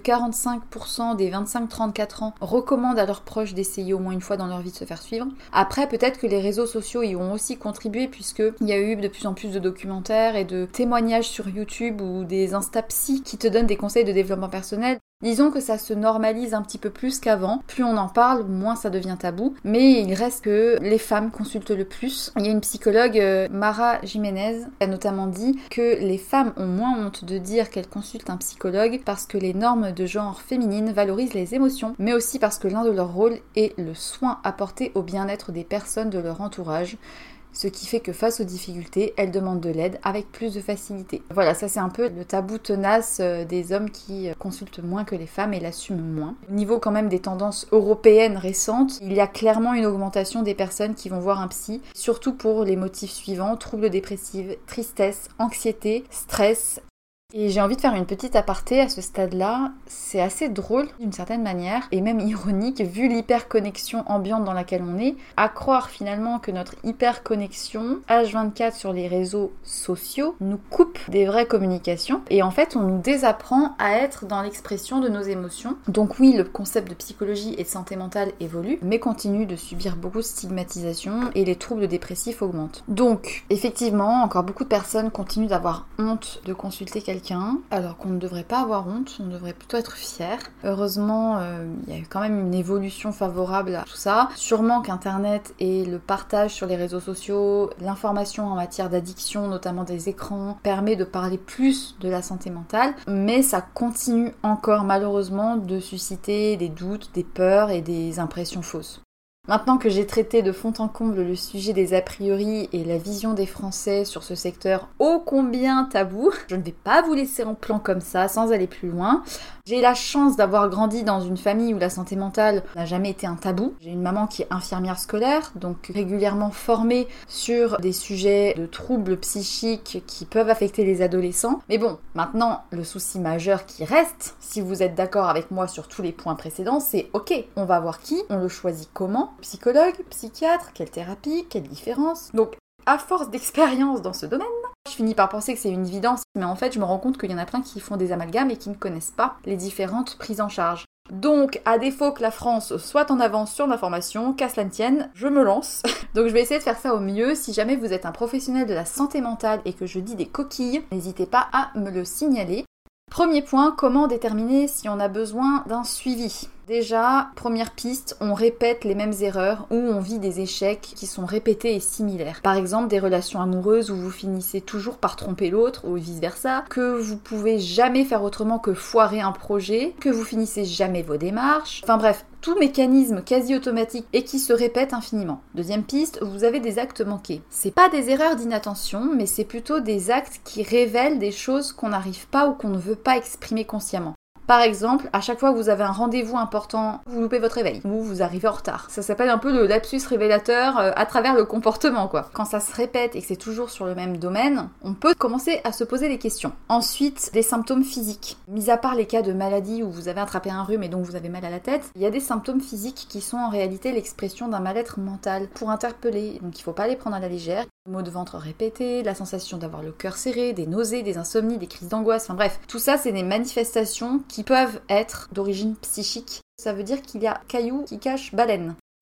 45% des 25-34 ans recommandent à leurs proches d'essayer au moins une fois dans leur vie de se faire suivre. Après, peut-être que les réseaux sociaux y ont aussi contribué, puisqu'il y a eu de plus en plus de documentaires et de témoignages sur YouTube ou des Insta-psy qui te donnent des conseils de développement personnel. Disons que ça se normalise un petit peu plus qu'avant. Plus on en parle, moins ça devient tabou. Mais il reste que les femmes consultent le plus. Il y a une psychologue, Mara Jiménez, qui a notamment dit que les femmes ont moins honte de dire qu'elles consultent un psychologue parce que les normes de genre féminines valorisent les émotions, mais aussi parce que l'un de leurs rôles est le soin apporté au bien-être des personnes de leur entourage. Ce qui fait que face aux difficultés, elles demandent de l'aide avec plus de facilité. Voilà, ça c'est un peu le tabou tenace des hommes qui consultent moins que les femmes et l'assument moins. Au niveau quand même des tendances européennes récentes, il y a clairement une augmentation des personnes qui vont voir un psy, surtout pour les motifs suivants: troubles dépressifs, tristesse, anxiété, stress. Et j'ai envie de faire une petite aparté à ce stade-là. C'est assez drôle d'une certaine manière, et même ironique, vu l'hyperconnexion ambiante dans laquelle on est, à croire finalement que notre hyperconnexion H24 sur les réseaux sociaux nous coupe des vraies communications, et en fait on nous désapprend à être dans l'expression de nos émotions. Donc oui, le concept de psychologie et de santé mentale évolue, mais continue de subir beaucoup de stigmatisation, et les troubles dépressifs augmentent. Donc effectivement, encore beaucoup de personnes continuent d'avoir honte de consulter quelqu'un, alors qu'on ne devrait pas avoir honte, on devrait plutôt être fier. Heureusement, il y a eu quand même une évolution favorable à tout ça. Sûrement qu'Internet et le partage sur les réseaux sociaux, l'information en matière d'addiction, notamment des écrans, permet de parler plus de la santé mentale, mais ça continue encore malheureusement de susciter des doutes, des peurs et des impressions fausses. Maintenant que j'ai traité de fond en comble le sujet des a priori et la vision des Français sur ce secteur ô combien tabou, je ne vais pas vous laisser en plan comme ça sans aller plus loin. J'ai la chance d'avoir grandi dans une famille où la santé mentale n'a jamais été un tabou. J'ai une maman qui est infirmière scolaire, donc régulièrement formée sur des sujets de troubles psychiques qui peuvent affecter les adolescents. Mais bon, maintenant, le souci majeur qui reste, si vous êtes d'accord avec moi sur tous les points précédents, c'est ok, on va voir qui, on le choisit comment, psychologue, psychiatre, quelle thérapie, quelle différence. Donc, à force d'expérience dans ce domaine, je finis par penser que c'est une évidence, mais en fait je me rends compte qu'il y en a plein qui font des amalgames et qui ne connaissent pas les différentes prises en charge. Donc, à défaut que la France soit en avance sur l'information, qu'à cela ne tienne, je me lance. Donc je vais essayer de faire ça au mieux. Si jamais vous êtes un professionnel de la santé mentale et que je dis des coquilles, n'hésitez pas à me le signaler. Premier point, comment déterminer si on a besoin d'un suivi ? Déjà, première piste, on répète les mêmes erreurs ou on vit des échecs qui sont répétés et similaires. Par exemple, des relations amoureuses où vous finissez toujours par tromper l'autre ou vice-versa, que vous pouvez jamais faire autrement que foirer un projet, que vous finissez jamais vos démarches. Enfin bref, tout mécanisme quasi automatique et qui se répète infiniment. Deuxième piste, vous avez des actes manqués. C'est pas des erreurs d'inattention, mais c'est plutôt des actes qui révèlent des choses qu'on n'arrive pas ou qu'on ne veut pas exprimer consciemment. Par exemple, à chaque fois que vous avez un rendez-vous important, vous loupez votre réveil ou vous arrivez en retard. Ça s'appelle un peu le lapsus révélateur à travers le comportement, quoi. Quand ça se répète et que c'est toujours sur le même domaine, on peut commencer à se poser des questions. Ensuite, des symptômes physiques. Mis à part les cas de maladie où vous avez attrapé un rhume et donc vous avez mal à la tête, il y a des symptômes physiques qui sont en réalité l'expression d'un mal-être mental pour interpeller. Donc il faut pas les prendre à la légère. Maux de ventre répétés, la sensation d'avoir le cœur serré, des nausées, des insomnies, des crises d'angoisse, enfin bref. Tout ça, c'est des manifestations qui peuvent être d'origine psychique. Ça veut dire qu'il y a caillou qui cache baleine.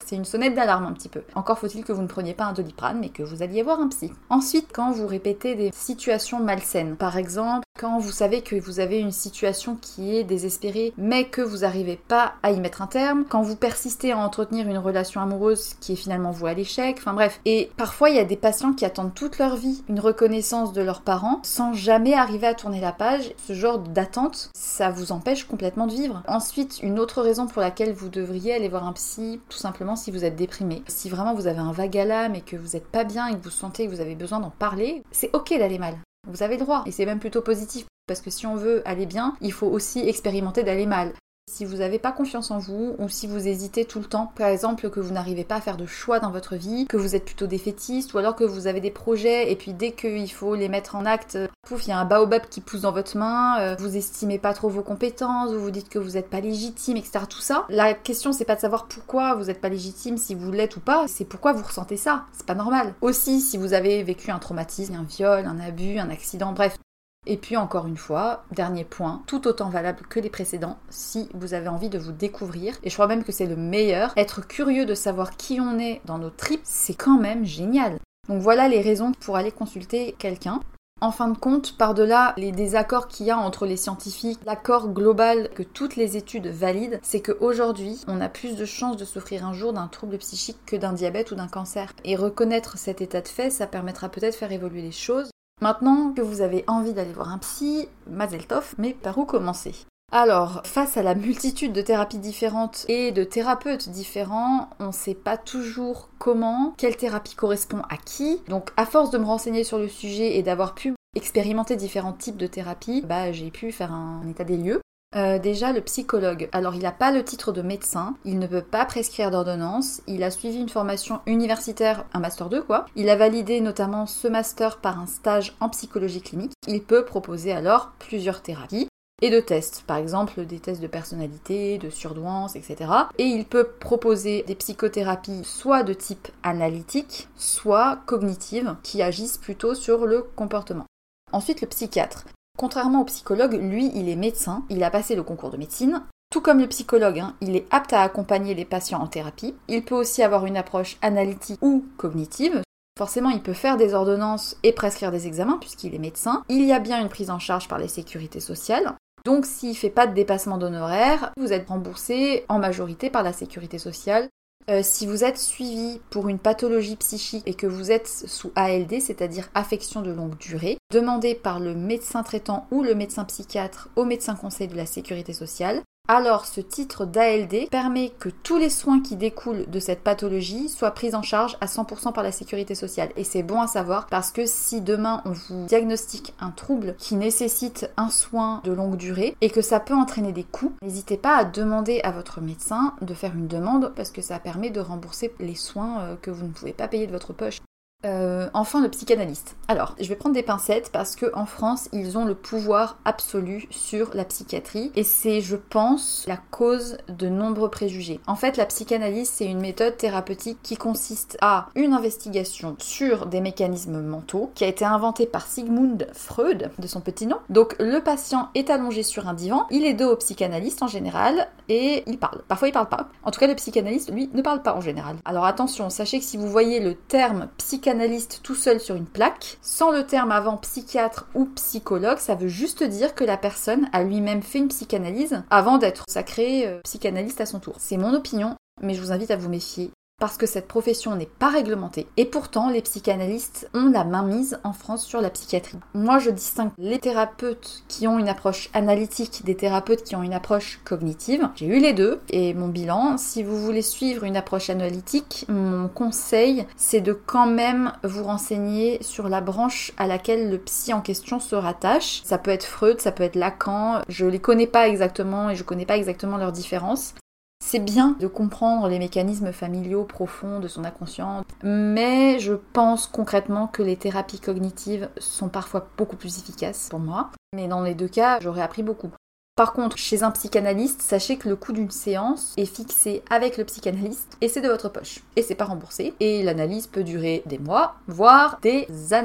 C'est une sonnette d'alarme un petit peu. Encore faut-il que vous ne preniez pas un Doliprane, mais que vous alliez voir un psy. Ensuite, quand vous répétez des situations malsaines, par exemple, quand vous savez que vous avez une situation qui est désespérée, mais que vous n'arrivez pas à y mettre un terme, quand vous persistez à entretenir une relation amoureuse qui est finalement vouée à l'échec, enfin bref. Et parfois, il y a des patients qui attendent toute leur vie une reconnaissance de leurs parents sans jamais arriver à tourner la page. Ce genre d'attente, ça vous empêche complètement de vivre. Ensuite, une autre raison pour laquelle vous devriez aller voir un psy, tout simplement si vous êtes déprimé. Si vraiment vous avez un vague à l'âme et que vous n'êtes pas bien et que vous sentez que vous avez besoin d'en parler, c'est ok d'aller mal. Vous avez le droit. Et c'est même plutôt positif. Parce que si on veut aller bien, il faut aussi expérimenter d'aller mal. Si vous n'avez pas confiance en vous, ou si vous hésitez tout le temps, par exemple que vous n'arrivez pas à faire de choix dans votre vie, que vous êtes plutôt défaitiste, ou alors que vous avez des projets, et puis dès qu'il faut les mettre en acte, pouf, il y a un baobab qui pousse dans votre main, vous estimez pas trop vos compétences, vous vous dites que vous n'êtes pas légitime, etc. Tout ça, la question c'est pas de savoir pourquoi vous n'êtes pas légitime, si vous l'êtes ou pas, c'est pourquoi vous ressentez ça, c'est pas normal. Aussi, si vous avez vécu un traumatisme, un viol, un abus, un accident, bref. Et puis encore une fois, dernier point, tout autant valable que les précédents, si vous avez envie de vous découvrir, et je crois même que c'est le meilleur, être curieux de savoir qui on est dans nos tripes, c'est quand même génial. Donc voilà les raisons pour aller consulter quelqu'un. En fin de compte, par-delà les désaccords qu'il y a entre les scientifiques, l'accord global que toutes les études valident, c'est qu'aujourd'hui, on a plus de chances de souffrir un jour d'un trouble psychique que d'un diabète ou d'un cancer. Et reconnaître cet état de fait, ça permettra peut-être de faire évoluer les choses. Maintenant que vous avez envie d'aller voir un psy, Mazel Tov, mais par où commencer ? Alors, face à la multitude de thérapies différentes et de thérapeutes différents, on ne sait pas toujours comment, quelle thérapie correspond à qui. Donc, à force de me renseigner sur le sujet et d'avoir pu expérimenter différents types de thérapies, j'ai pu faire un état des lieux. Déjà le psychologue, alors il n'a pas le titre de médecin, il ne peut pas prescrire d'ordonnance, il a suivi une formation universitaire, un master 2 quoi, il a validé notamment ce master par un stage en psychologie clinique, il peut proposer alors plusieurs thérapies et de tests, par exemple des tests de personnalité, de surdouance, etc. Et il peut proposer des psychothérapies soit de type analytique, soit cognitive, qui agissent plutôt sur le comportement. Ensuite le psychiatre. Contrairement au psychologue, lui, il est médecin, il a passé le concours de médecine. Tout comme le psychologue, il est apte à accompagner les patients en thérapie. Il peut aussi avoir une approche analytique ou cognitive. Forcément, il peut faire des ordonnances et prescrire des examens puisqu'il est médecin. Il y a bien une prise en charge par les sécurités sociales. Donc, s'il ne fait pas de dépassement d'honoraires, vous êtes remboursé en majorité par la sécurité sociale. Si vous êtes suivi pour une pathologie psychique et que vous êtes sous ALD, c'est-à-dire affection de longue durée, demandez par le médecin traitant ou le médecin psychiatre au médecin conseil de la sécurité sociale. Alors ce titre d'ALD permet que tous les soins qui découlent de cette pathologie soient pris en charge à 100% par la sécurité sociale. Et c'est bon à savoir parce que si demain on vous diagnostique un trouble qui nécessite un soin de longue durée et que ça peut entraîner des coûts, n'hésitez pas à demander à votre médecin de faire une demande parce que ça permet de rembourser les soins que vous ne pouvez pas payer de votre poche. Enfin le psychanalyste. Alors, je vais prendre des pincettes parce qu'en France, ils ont le pouvoir absolu sur la psychiatrie et c'est, je pense, la cause de nombreux préjugés. En fait, la psychanalyse, c'est une méthode thérapeutique qui consiste à une investigation sur des mécanismes mentaux qui a été inventée par Sigmund Freud, de son petit nom. Donc, le patient est allongé sur un divan, il est dos au psychanalyste en général et il parle. Parfois, il parle pas. En tout cas, le psychanalyste, lui, ne parle pas en général. Alors attention, sachez que si vous voyez le terme psychanalyste tout seul sur une plaque, sans le terme avant psychiatre ou psychologue, ça veut juste dire que la personne a lui-même fait une psychanalyse avant d'être sacré psychanalyste à son tour. C'est mon opinion, mais je vous invite à vous méfier. Parce que cette profession n'est pas réglementée. Et pourtant, les psychanalystes ont la main mise en France sur la psychiatrie. Moi, je distingue les thérapeutes qui ont une approche analytique des thérapeutes qui ont une approche cognitive. J'ai eu les deux. Et mon bilan, si vous voulez suivre une approche analytique, mon conseil, c'est de quand même vous renseigner sur la branche à laquelle le psy en question se rattache. Ça peut être Freud, ça peut être Lacan. Je les connais pas exactement et je connais pas exactement leurs différences. C'est bien de comprendre les mécanismes familiaux profonds de son inconscient, mais je pense concrètement que les thérapies cognitives sont parfois beaucoup plus efficaces pour moi. Mais dans les deux cas, j'aurais appris beaucoup. Par contre, chez un psychanalyste, sachez que le coût d'une séance est fixé avec le psychanalyste et c'est de votre poche. Et c'est pas remboursé. Et l'analyse peut durer des mois, voire des années.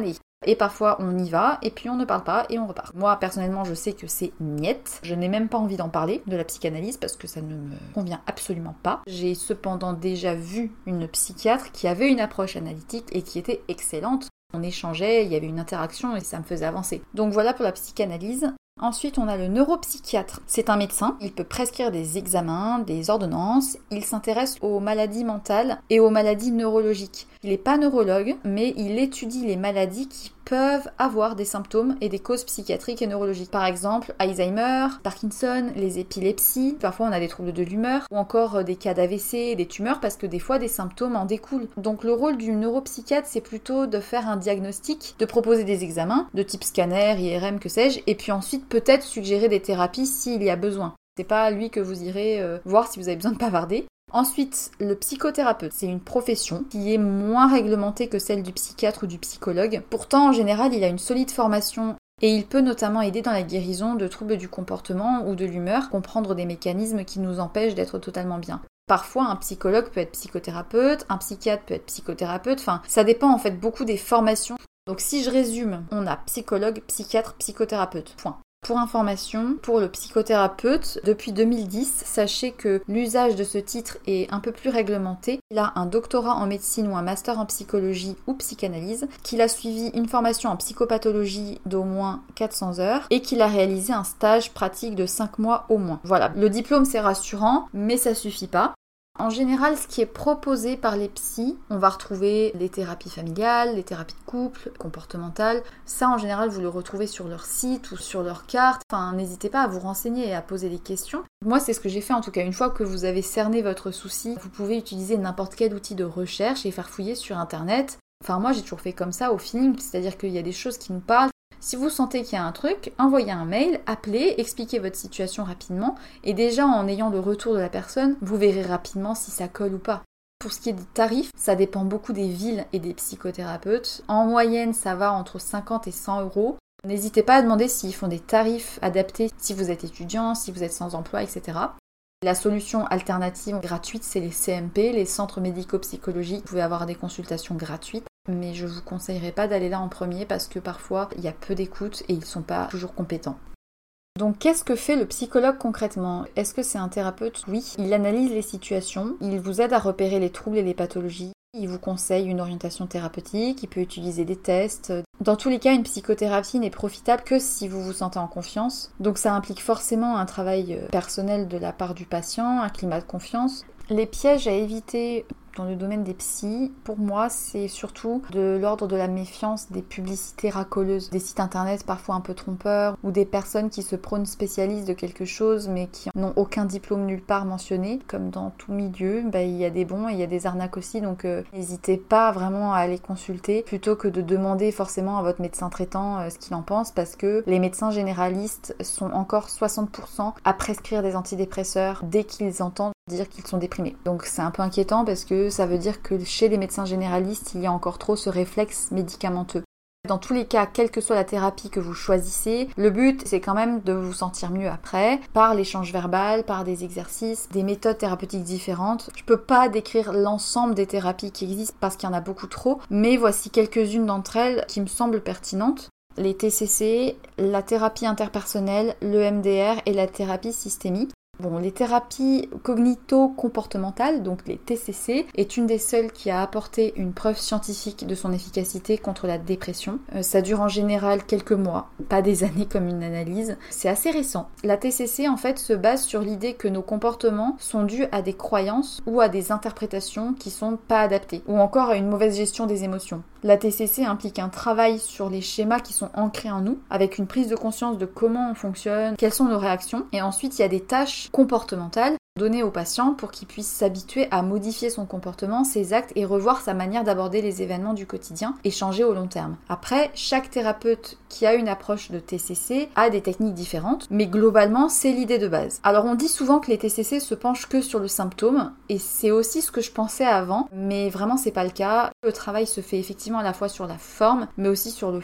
Et parfois on y va, et puis on ne parle pas, et on repart. Moi personnellement je sais que c'est niette. Je n'ai même pas envie d'en parler, de la psychanalyse, parce que ça ne me convient absolument pas. J'ai cependant déjà vu une psychiatre qui avait une approche analytique et qui était excellente. On échangeait, il y avait une interaction et ça me faisait avancer. Donc voilà pour la psychanalyse. Ensuite, on a le neuropsychiatre. C'est un médecin, il peut prescrire des examens, des ordonnances, il s'intéresse aux maladies mentales et aux maladies neurologiques. Il n'est pas neurologue, mais il étudie les maladies qui peuvent avoir des symptômes et des causes psychiatriques et neurologiques. Par exemple, Alzheimer, Parkinson, les épilepsies, parfois on a des troubles de l'humeur, ou encore des cas d'AVC, des tumeurs, parce que des fois des symptômes en découlent. Donc le rôle du neuropsychiatre, c'est plutôt de faire un diagnostic, de proposer des examens, de type scanner, IRM, que sais-je, et puis ensuite peut-être suggérer des thérapies s'il y a besoin. C'est pas lui que vous irez voir si vous avez besoin de bavarder. Ensuite, le psychothérapeute, c'est une profession qui est moins réglementée que celle du psychiatre ou du psychologue. Pourtant, en général, il a une solide formation et il peut notamment aider dans la guérison de troubles du comportement ou de l'humeur, comprendre des mécanismes qui nous empêchent d'être totalement bien. Parfois, un psychologue peut être psychothérapeute, un psychiatre peut être psychothérapeute, enfin, ça dépend en fait beaucoup des formations. Donc si je résume, on a psychologue, psychiatre, psychothérapeute, point. Pour information, pour le psychothérapeute, depuis 2010, sachez que l'usage de ce titre est un peu plus réglementé. Il a un doctorat en médecine ou un master en psychologie ou psychanalyse, qu'il a suivi une formation en psychopathologie d'au moins 400 heures et qu'il a réalisé un stage pratique de 5 mois au moins. Voilà, le diplôme c'est rassurant, mais ça suffit pas. En général, ce qui est proposé par les psys, on va retrouver les thérapies familiales, les thérapies de couple, comportementales. Ça, en général, vous le retrouvez sur leur site ou sur leur carte. Enfin, n'hésitez pas à vous renseigner et à poser des questions. Moi, c'est ce que j'ai fait en tout cas. Une fois que vous avez cerné votre souci, vous pouvez utiliser n'importe quel outil de recherche et faire fouiller sur Internet. Enfin, moi, j'ai toujours fait comme ça au feeling, c'est-à-dire qu'il y a des choses qui nous parlent. Si vous sentez qu'il y a un truc, envoyez un mail, appelez, expliquez votre situation rapidement et déjà en ayant le retour de la personne, vous verrez rapidement si ça colle ou pas. Pour ce qui est des tarifs, ça dépend beaucoup des villes et des psychothérapeutes. En moyenne, ça va entre 50 et 100 euros. N'hésitez pas à demander s'ils font des tarifs adaptés si vous êtes étudiant, si vous êtes sans emploi, etc. La solution alternative gratuite, c'est les CMP, les centres médico-psychologiques. Vous pouvez avoir des consultations gratuites. Mais je vous conseillerais pas d'aller là en premier parce que parfois il y a peu d'écoute et ils sont pas toujours compétents. Donc qu'est-ce que fait le psychologue concrètement ? Est-ce que c'est un thérapeute ? Oui, il analyse les situations, il vous aide à repérer les troubles et les pathologies, il vous conseille une orientation thérapeutique, il peut utiliser des tests. Dans tous les cas, une psychothérapie n'est profitable que si vous vous sentez en confiance. Donc ça implique forcément un travail personnel de la part du patient, un climat de confiance. Les pièges à éviter dans le domaine des psys, pour moi, c'est surtout de l'ordre de la méfiance des publicités racoleuses, des sites internet parfois un peu trompeurs, ou des personnes qui se prônent spécialistes de quelque chose mais qui n'ont aucun diplôme nulle part mentionné. Comme dans tout milieu, il y a des bons et il y a des arnaques aussi, donc n'hésitez pas vraiment à aller consulter plutôt que de demander forcément à votre médecin traitant ce qu'il en pense, parce que les médecins généralistes sont encore 60% à prescrire des antidépresseurs dès qu'ils entendent dire qu'ils sont déprimés. Donc c'est un peu inquiétant parce que ça veut dire que chez les médecins généralistes, il y a encore trop ce réflexe médicamenteux. Dans tous les cas, quelle que soit la thérapie que vous choisissez, le but c'est quand même de vous sentir mieux après, par l'échange verbal, par des exercices, des méthodes thérapeutiques différentes. Je peux pas décrire l'ensemble des thérapies qui existent parce qu'il y en a beaucoup trop, mais voici quelques-unes d'entre elles qui me semblent pertinentes. Les TCC, la thérapie interpersonnelle, le MDR et la thérapie systémique. Bon, les thérapies cognito-comportementales, donc les TCC, est une des seules qui a apporté une preuve scientifique de son efficacité contre la dépression. Ça dure en général quelques mois, pas des années comme une analyse. C'est assez récent. La TCC, en fait, se base sur l'idée que nos comportements sont dus à des croyances ou à des interprétations qui sont pas adaptées, ou encore à une mauvaise gestion des émotions. La TCC implique un travail sur les schémas qui sont ancrés en nous, avec une prise de conscience de comment on fonctionne, quelles sont nos réactions, et ensuite il y a des tâches comportementales données au patient pour qu'il puisse s'habituer à modifier son comportement, ses actes et revoir sa manière d'aborder les événements du quotidien et changer au long terme. Après, chaque thérapeute qui a une approche de TCC a des techniques différentes, mais globalement, c'est l'idée de base. Alors on dit souvent que les TCC se penchent que sur le symptôme, et c'est aussi ce que je pensais avant, mais vraiment c'est pas le cas. Le travail se fait effectivement à la fois sur la forme, mais aussi sur le fond.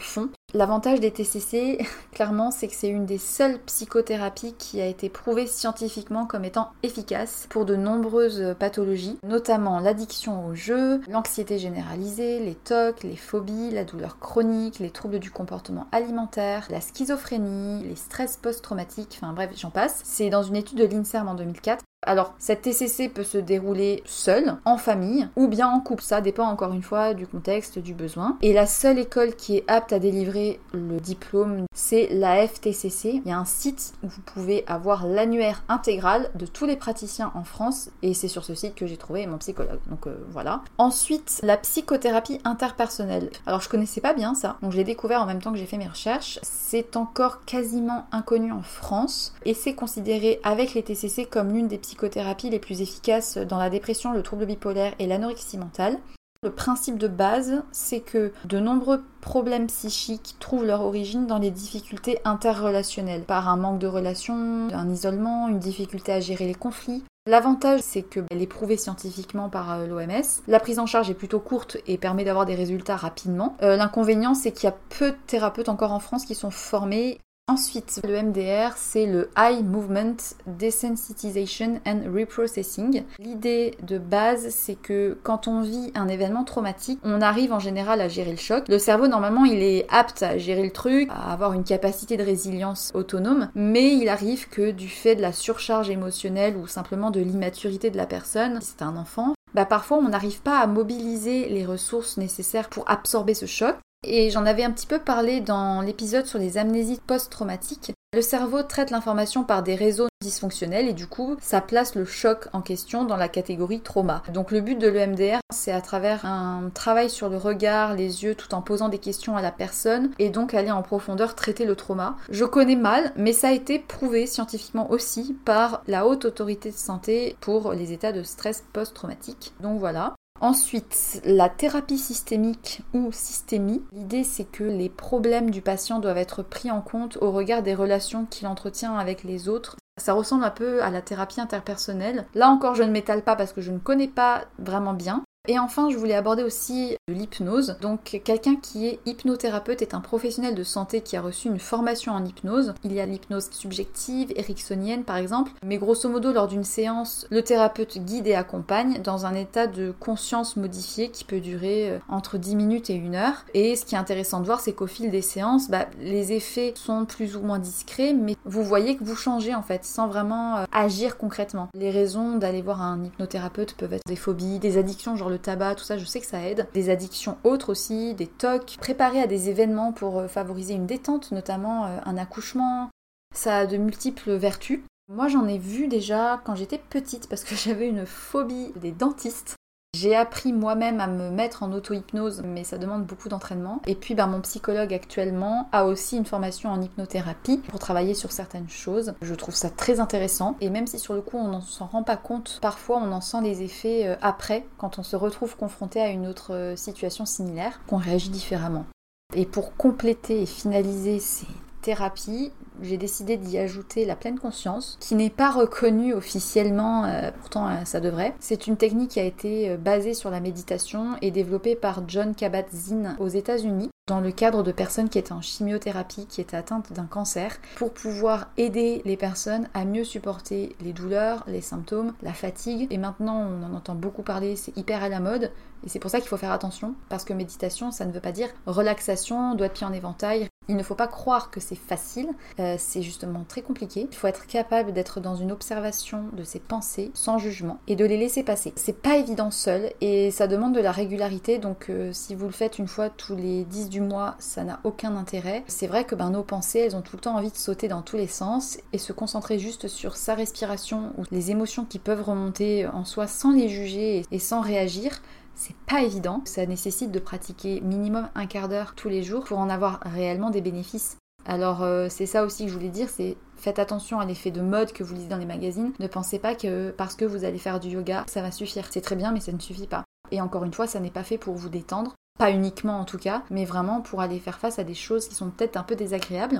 L'avantage des TCC, clairement, c'est que c'est une des seules psychothérapies qui a été prouvée scientifiquement comme étant efficace pour de nombreuses pathologies, notamment l'addiction au jeu, l'anxiété généralisée, les TOC, les phobies, la douleur chronique, les troubles du comportement alimentaire, la schizophrénie, les stress post-traumatiques, enfin bref, j'en passe. C'est dans une étude de l'INSERM en 2004. Alors, cette TCC peut se dérouler seule, en famille, ou bien en couple. Ça dépend encore une fois du contexte, du besoin. Et la seule école qui est apte à délivrer le diplôme, c'est la FTCC. Il y a un site où vous pouvez avoir l'annuaire intégral de tous les praticiens en France. Et c'est sur ce site que j'ai trouvé mon psychologue. Donc voilà. Ensuite, la psychothérapie interpersonnelle. Alors, je connaissais pas bien ça. Donc, je l'ai découvert en même temps que j'ai fait mes recherches. C'est encore quasiment inconnu en France. Et c'est considéré avec les TCC comme l'une des psychothérapies les plus efficaces dans la dépression, le trouble bipolaire et l'anorexie mentale. Le principe de base, c'est que de nombreux problèmes psychiques trouvent leur origine dans les difficultés interrelationnelles, par un manque de relations, un isolement, une difficulté à gérer les conflits. L'avantage, c'est qu'elle est prouvée scientifiquement par l'OMS. La prise en charge est plutôt courte et permet d'avoir des résultats rapidement. L'inconvénient, c'est qu'il y a peu de thérapeutes encore en France qui sont formés. Ensuite, le MDR, c'est le Eye Movement Desensitization and Reprocessing. L'idée de base, c'est que quand on vit un événement traumatique, on arrive en général à gérer le choc. Le cerveau, normalement, il est apte à gérer le truc, à avoir une capacité de résilience autonome, mais il arrive que du fait de la surcharge émotionnelle ou simplement de l'immaturité de la personne, si c'est un enfant, parfois on n'arrive pas à mobiliser les ressources nécessaires pour absorber ce choc. Et j'en avais un petit peu parlé dans l'épisode sur les amnésies post-traumatiques. Le cerveau traite l'information par des réseaux dysfonctionnels et du coup, ça place le choc en question dans la catégorie trauma. Donc le but de l'EMDR, c'est à travers un travail sur le regard, les yeux, tout en posant des questions à la personne et donc aller en profondeur traiter le trauma. Je connais mal, mais ça a été prouvé scientifiquement aussi par la Haute Autorité de Santé pour les états de stress post-traumatique. Donc voilà. Ensuite, la thérapie systémique ou systémie. L'idée, c'est que les problèmes du patient doivent être pris en compte au regard des relations qu'il entretient avec les autres. Ça ressemble un peu à la thérapie interpersonnelle. Là encore, je ne m'étale pas parce que je ne connais pas vraiment bien. Et enfin, je voulais aborder aussi l'hypnose. Donc, quelqu'un qui est hypnothérapeute est un professionnel de santé qui a reçu une formation en hypnose. Il y a l'hypnose subjective, ericksonienne par exemple. Mais grosso modo, lors d'une séance, le thérapeute guide et accompagne dans un état de conscience modifié qui peut durer entre 10 minutes et 1 heure. Et ce qui est intéressant de voir, c'est qu'au fil des séances, les effets sont plus ou moins discrets, mais vous voyez que vous changez en fait, sans vraiment agir concrètement. Les raisons d'aller voir un hypnothérapeute peuvent être des phobies, des addictions, genre le tabac, tout ça, je sais que ça aide. Des addictions autres aussi, des TOC, préparer à des événements pour favoriser une détente, notamment un accouchement. Ça a de multiples vertus. Moi, j'en ai vu déjà quand j'étais petite parce que j'avais une phobie des dentistes. J'ai appris moi-même à me mettre en auto-hypnose, mais ça demande beaucoup d'entraînement. Et puis mon psychologue actuellement a aussi une formation en hypnothérapie pour travailler sur certaines choses. Je trouve ça très intéressant. Et même si sur le coup on ne s'en rend pas compte, parfois on en sent les effets après, quand on se retrouve confronté à une autre situation similaire, qu'on réagit différemment. Et pour compléter et finaliser ces thérapie, j'ai décidé d'y ajouter la pleine conscience, qui n'est pas reconnue officiellement, pourtant ça devrait. C'est une technique qui a été basée sur la méditation et développée par Jon Kabat-Zinn aux États-Unis, dans le cadre de personnes qui étaient en chimiothérapie, qui étaient atteintes d'un cancer, pour pouvoir aider les personnes à mieux supporter les douleurs, les symptômes, la fatigue. Et maintenant, on en entend beaucoup parler, c'est hyper à la mode, et c'est pour ça qu'il faut faire attention, parce que méditation, ça ne veut pas dire relaxation, doigts de pied en éventail. Il ne faut pas croire que c'est facile, c'est justement très compliqué. Il faut être capable d'être dans une observation de ses pensées, sans jugement, et de les laisser passer. C'est pas évident seul, et ça demande de la régularité, donc si vous le faites une fois tous les 10 du mois, ça n'a aucun intérêt. C'est vrai que nos pensées, elles ont tout le temps envie de sauter dans tous les sens, et se concentrer juste sur sa respiration, ou les émotions qui peuvent remonter en soi sans les juger et sans réagir, c'est pas évident. Ça nécessite de pratiquer minimum un quart d'heure tous les jours pour en avoir réellement des bénéfices. Alors c'est ça aussi que je voulais dire, c'est faites attention à l'effet de mode que vous lisez dans les magazines. Ne pensez pas que parce que vous allez faire du yoga, ça va suffire. C'est très bien, mais ça ne suffit pas. Et encore une fois, ça n'est pas fait pour vous détendre, pas uniquement en tout cas, mais vraiment pour aller faire face à des choses qui sont peut-être un peu désagréables.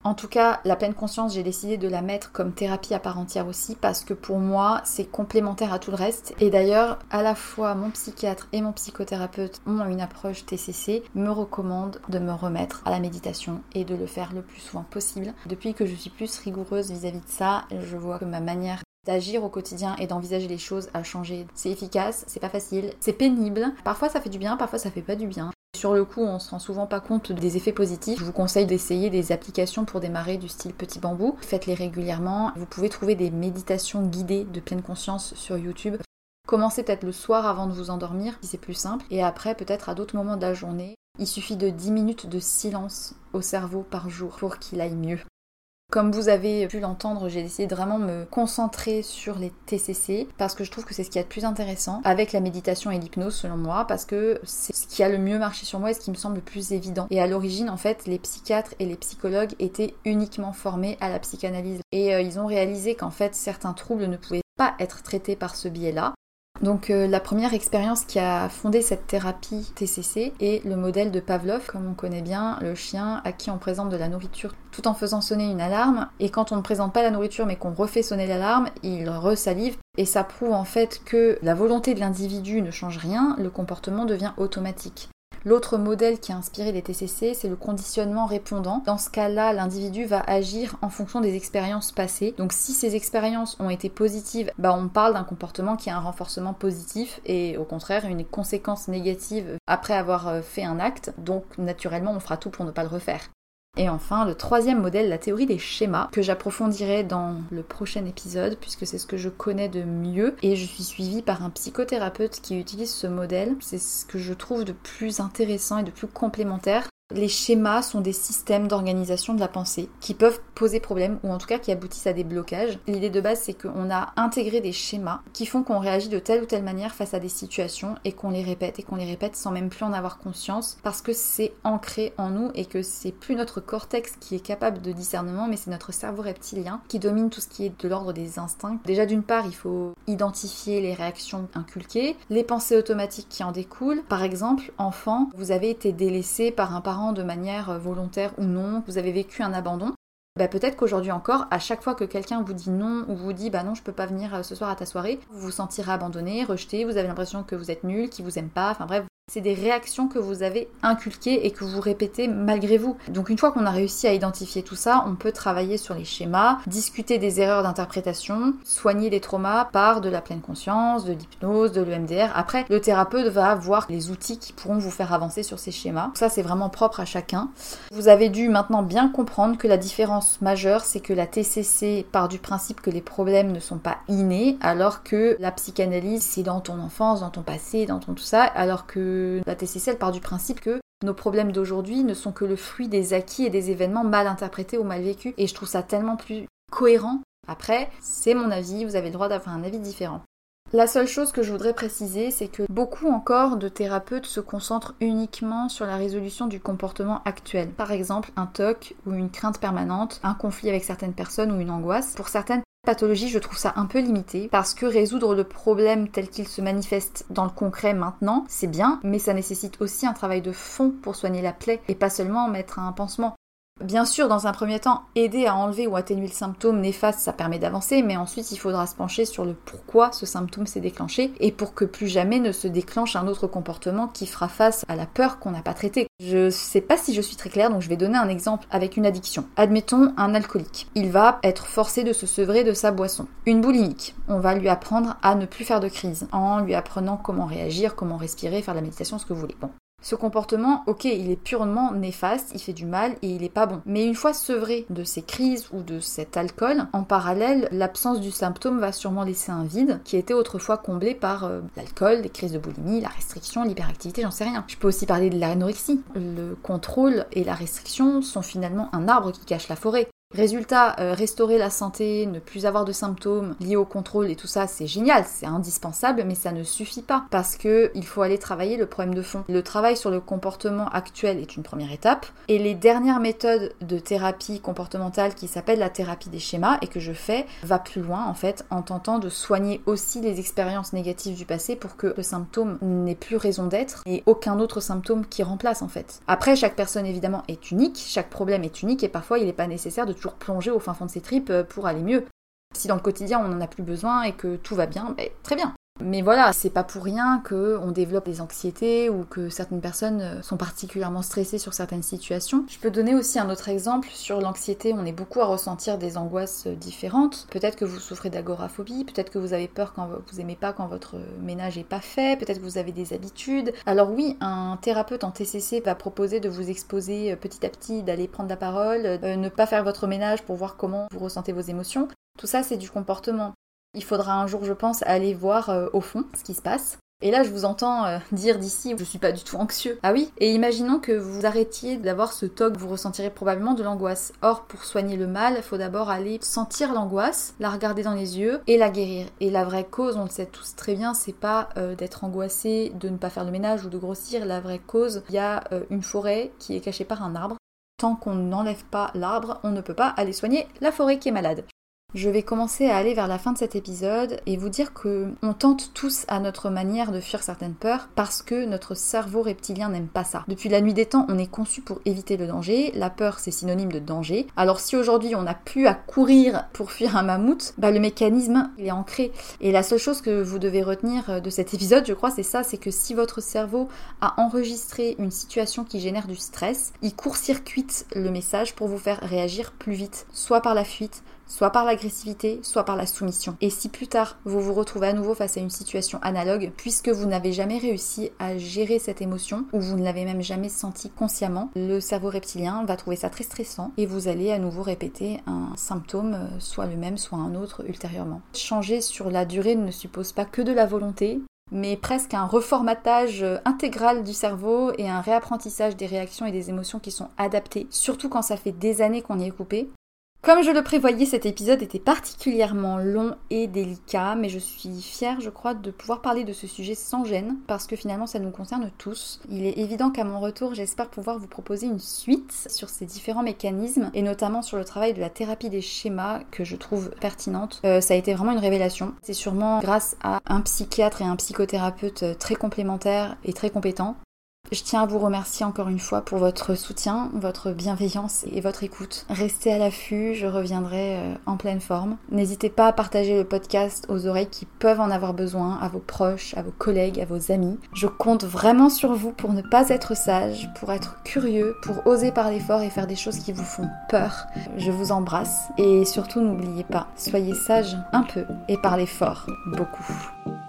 En tout cas, la pleine conscience, j'ai décidé de la mettre comme thérapie à part entière aussi parce que pour moi, c'est complémentaire à tout le reste. Et d'ailleurs, à la fois mon psychiatre et mon psychothérapeute ont une approche TCC, me recommandent de me remettre à la méditation et de le faire le plus souvent possible. Depuis que je suis plus rigoureuse vis-à-vis de ça, je vois que ma manière d'agir au quotidien et d'envisager les choses a changé. C'est efficace, c'est pas facile, c'est pénible. Parfois ça fait du bien, parfois ça fait pas du bien. Sur le coup, on se rend souvent pas compte des effets positifs. Je vous conseille d'essayer des applications pour démarrer du style Petit Bambou. Faites-les régulièrement. Vous pouvez trouver des méditations guidées de pleine conscience sur YouTube. Commencez peut-être le soir avant de vous endormir, si c'est plus simple. Et après, peut-être à d'autres moments de la journée. Il suffit de 10 minutes de silence au cerveau par jour pour qu'il aille mieux. Comme vous avez pu l'entendre, j'ai décidé de vraiment me concentrer sur les TCC parce que je trouve que c'est ce qu'il y a de plus intéressant avec la méditation et l'hypnose selon moi parce que c'est ce qui a le mieux marché sur moi et ce qui me semble le plus évident. Et à l'origine, en fait, les psychiatres et les psychologues étaient uniquement formés à la psychanalyse et ils ont réalisé qu'en fait, certains troubles ne pouvaient pas être traités par ce biais-là. Donc la première expérience qui a fondé cette thérapie TCC est le modèle de Pavlov, comme on connaît bien, le chien à qui on présente de la nourriture tout en faisant sonner une alarme, et quand on ne présente pas la nourriture mais qu'on refait sonner l'alarme, il resalive, et ça prouve en fait que la volonté de l'individu ne change rien, le comportement devient automatique. L'autre modèle qui a inspiré les TCC, c'est le conditionnement répondant. Dans ce cas-là, l'individu va agir en fonction des expériences passées. Donc si ces expériences ont été positives, on parle d'un comportement qui a un renforcement positif et au contraire une conséquence négative après avoir fait un acte. Donc naturellement, on fera tout pour ne pas le refaire. Et enfin, le troisième modèle, la théorie des schémas, que j'approfondirai dans le prochain épisode, puisque c'est ce que je connais de mieux. Et je suis suivie par un psychothérapeute qui utilise ce modèle. C'est ce que je trouve de plus intéressant et de plus complémentaire. Les schémas sont des systèmes d'organisation de la pensée qui peuvent poser problème ou en tout cas qui aboutissent à des blocages. L'idée de base, c'est qu'on a intégré des schémas qui font qu'on réagit de telle ou telle manière face à des situations et qu'on les répète sans même plus en avoir conscience parce que c'est ancré en nous et que c'est plus notre cortex qui est capable de discernement mais c'est notre cerveau reptilien qui domine tout ce qui est de l'ordre des instincts. Déjà d'une part, il faut identifier les réactions inculquées, les pensées automatiques qui en découlent. Par exemple, enfant, vous avez été délaissé par un parent de manière volontaire ou non, vous avez vécu un abandon, peut-être qu'aujourd'hui encore, à chaque fois que quelqu'un vous dit non ou vous dit non je peux pas venir ce soir à ta soirée, vous vous sentirez abandonné, rejeté, vous avez l'impression que vous êtes nul, qu'ils vous aiment pas, enfin bref, c'est des réactions que vous avez inculquées et que vous répétez malgré vous. Donc une fois qu'on a réussi à identifier tout ça, on peut travailler sur les schémas, discuter des erreurs d'interprétation, soigner les traumas par de la pleine conscience, de l'hypnose, de l'EMDR. Après, le thérapeute va avoir les outils qui pourront vous faire avancer sur ces schémas. Ça, c'est vraiment propre à chacun. Vous avez dû maintenant bien comprendre que la différence majeure, c'est que la TCC part du principe que les problèmes ne sont pas innés, alors que la psychanalyse, c'est dans ton enfance, dans ton passé, dans ton tout ça, alors que la TCC, elle part du principe que nos problèmes d'aujourd'hui ne sont que le fruit des acquis et des événements mal interprétés ou mal vécus. Et je trouve ça tellement plus cohérent. Après, c'est mon avis, vous avez le droit d'avoir un avis différent. La seule chose que je voudrais préciser, c'est que beaucoup encore de thérapeutes se concentrent uniquement sur la résolution du comportement actuel. Par exemple, un TOC ou une crainte permanente, un conflit avec certaines personnes ou une angoisse. Pour certaines pathologie, je trouve ça un peu limité parce que résoudre le problème tel qu'il se manifeste dans le concret maintenant, c'est bien, mais ça nécessite aussi un travail de fond pour soigner la plaie et pas seulement mettre un pansement. Bien sûr, dans un premier temps, aider à enlever ou atténuer le symptôme néfaste, ça permet d'avancer, mais ensuite il faudra se pencher sur le pourquoi ce symptôme s'est déclenché et pour que plus jamais ne se déclenche un autre comportement qui fera face à la peur qu'on n'a pas traitée. Je sais pas si je suis très claire, donc je vais donner un exemple avec une addiction. Admettons un alcoolique. Il va être forcé de se sevrer de sa boisson. Une boulimique. On va lui apprendre à ne plus faire de crise en lui apprenant comment réagir, comment respirer, faire de la méditation, ce que vous voulez. Bon. Ce comportement, ok, il est purement néfaste, il fait du mal et il est pas bon. Mais une fois sevré de ces crises ou de cet alcool, en parallèle, l'absence du symptôme va sûrement laisser un vide qui était autrefois comblé par l'alcool, les crises de boulimie, la restriction, l'hyperactivité, j'en sais rien. Je peux aussi parler de l'anorexie. Le contrôle et la restriction sont finalement un arbre qui cache la forêt. Résultat, restaurer la santé, ne plus avoir de symptômes liés au contrôle et tout ça, c'est génial, c'est indispensable, mais ça ne suffit pas parce qu'il faut aller travailler le problème de fond. Le travail sur le comportement actuel est une première étape et les dernières méthodes de thérapie comportementale qui s'appellent la thérapie des schémas et que je fais va plus loin en fait en tentant de soigner aussi les expériences négatives du passé pour que le symptôme n'ait plus raison d'être et aucun autre symptôme qui remplace en fait. Après, chaque personne évidemment est unique, chaque problème est unique et parfois il n'est pas nécessaire de toujours plonger au fin fond de ses tripes pour aller mieux. Si dans le quotidien on n'en a plus besoin et que tout va bien, très bien. Mais voilà, c'est pas pour rien qu'on développe des anxiétés ou que certaines personnes sont particulièrement stressées sur certaines situations. Je peux donner aussi un autre exemple. Sur l'anxiété, on est beaucoup à ressentir des angoisses différentes. Peut-être que vous souffrez d'agoraphobie, peut-être que vous avez peur quand vous aimez pas quand votre ménage est pas fait, peut-être que vous avez des habitudes. Alors oui, un thérapeute en TCC va proposer de vous exposer petit à petit, d'aller prendre la parole, ne pas faire votre ménage pour voir comment vous ressentez vos émotions. Tout ça, c'est du comportement. Il faudra un jour, je pense, aller voir au fond ce qui se passe. Et là, je vous entends dire d'ici, je suis pas du tout anxieux. Ah oui, et imaginons que vous arrêtiez d'avoir ce toc, vous ressentirez probablement de l'angoisse. Or, pour soigner le mal, il faut d'abord aller sentir l'angoisse, la regarder dans les yeux et la guérir. Et la vraie cause, on le sait tous très bien, c'est pas d'être angoissé, de ne pas faire le ménage ou de grossir. La vraie cause, il y a une forêt qui est cachée par un arbre. Tant qu'on n'enlève pas l'arbre, on ne peut pas aller soigner la forêt qui est malade. Je vais commencer à aller vers la fin de cet épisode et vous dire qu'on tente tous à notre manière de fuir certaines peurs parce que notre cerveau reptilien n'aime pas ça. Depuis la nuit des temps, on est conçu pour éviter le danger. La peur, c'est synonyme de danger. Alors si aujourd'hui on n'a plus à courir pour fuir un mammouth, le mécanisme il est ancré. Et la seule chose que vous devez retenir de cet épisode, je crois, c'est ça, c'est que si votre cerveau a enregistré une situation qui génère du stress, il court-circuite le message pour vous faire réagir plus vite, soit par la fuite, soit par l'agressivité, soit par la soumission. Et si plus tard, vous vous retrouvez à nouveau face à une situation analogue, puisque vous n'avez jamais réussi à gérer cette émotion, ou vous ne l'avez même jamais senti consciemment, le cerveau reptilien va trouver ça très stressant, et vous allez à nouveau répéter un symptôme, soit le même, soit un autre, ultérieurement. Changer sur la durée ne suppose pas que de la volonté, mais presque un reformatage intégral du cerveau et un réapprentissage des réactions et des émotions qui sont adaptées, surtout quand ça fait des années qu'on y est coupé. Comme je le prévoyais, cet épisode était particulièrement long et délicat, mais je suis fière, je crois, de pouvoir parler de ce sujet sans gêne, parce que finalement ça nous concerne tous. Il est évident qu'à mon retour, j'espère pouvoir vous proposer une suite sur ces différents mécanismes, et notamment sur le travail de la thérapie des schémas, que je trouve pertinente. Ça a été vraiment une révélation. C'est sûrement grâce à un psychiatre et un psychothérapeute très complémentaires et très compétents. Je tiens à vous remercier encore une fois pour votre soutien, votre bienveillance et votre écoute. Restez à l'affût, je reviendrai en pleine forme. N'hésitez pas à partager le podcast aux oreilles qui peuvent en avoir besoin, à vos proches, à vos collègues, à vos amis. Je compte vraiment sur vous pour ne pas être sage, pour être curieux, pour oser parler fort et faire des choses qui vous font peur. Je vous embrasse et surtout n'oubliez pas, soyez sage un peu et parlez fort beaucoup.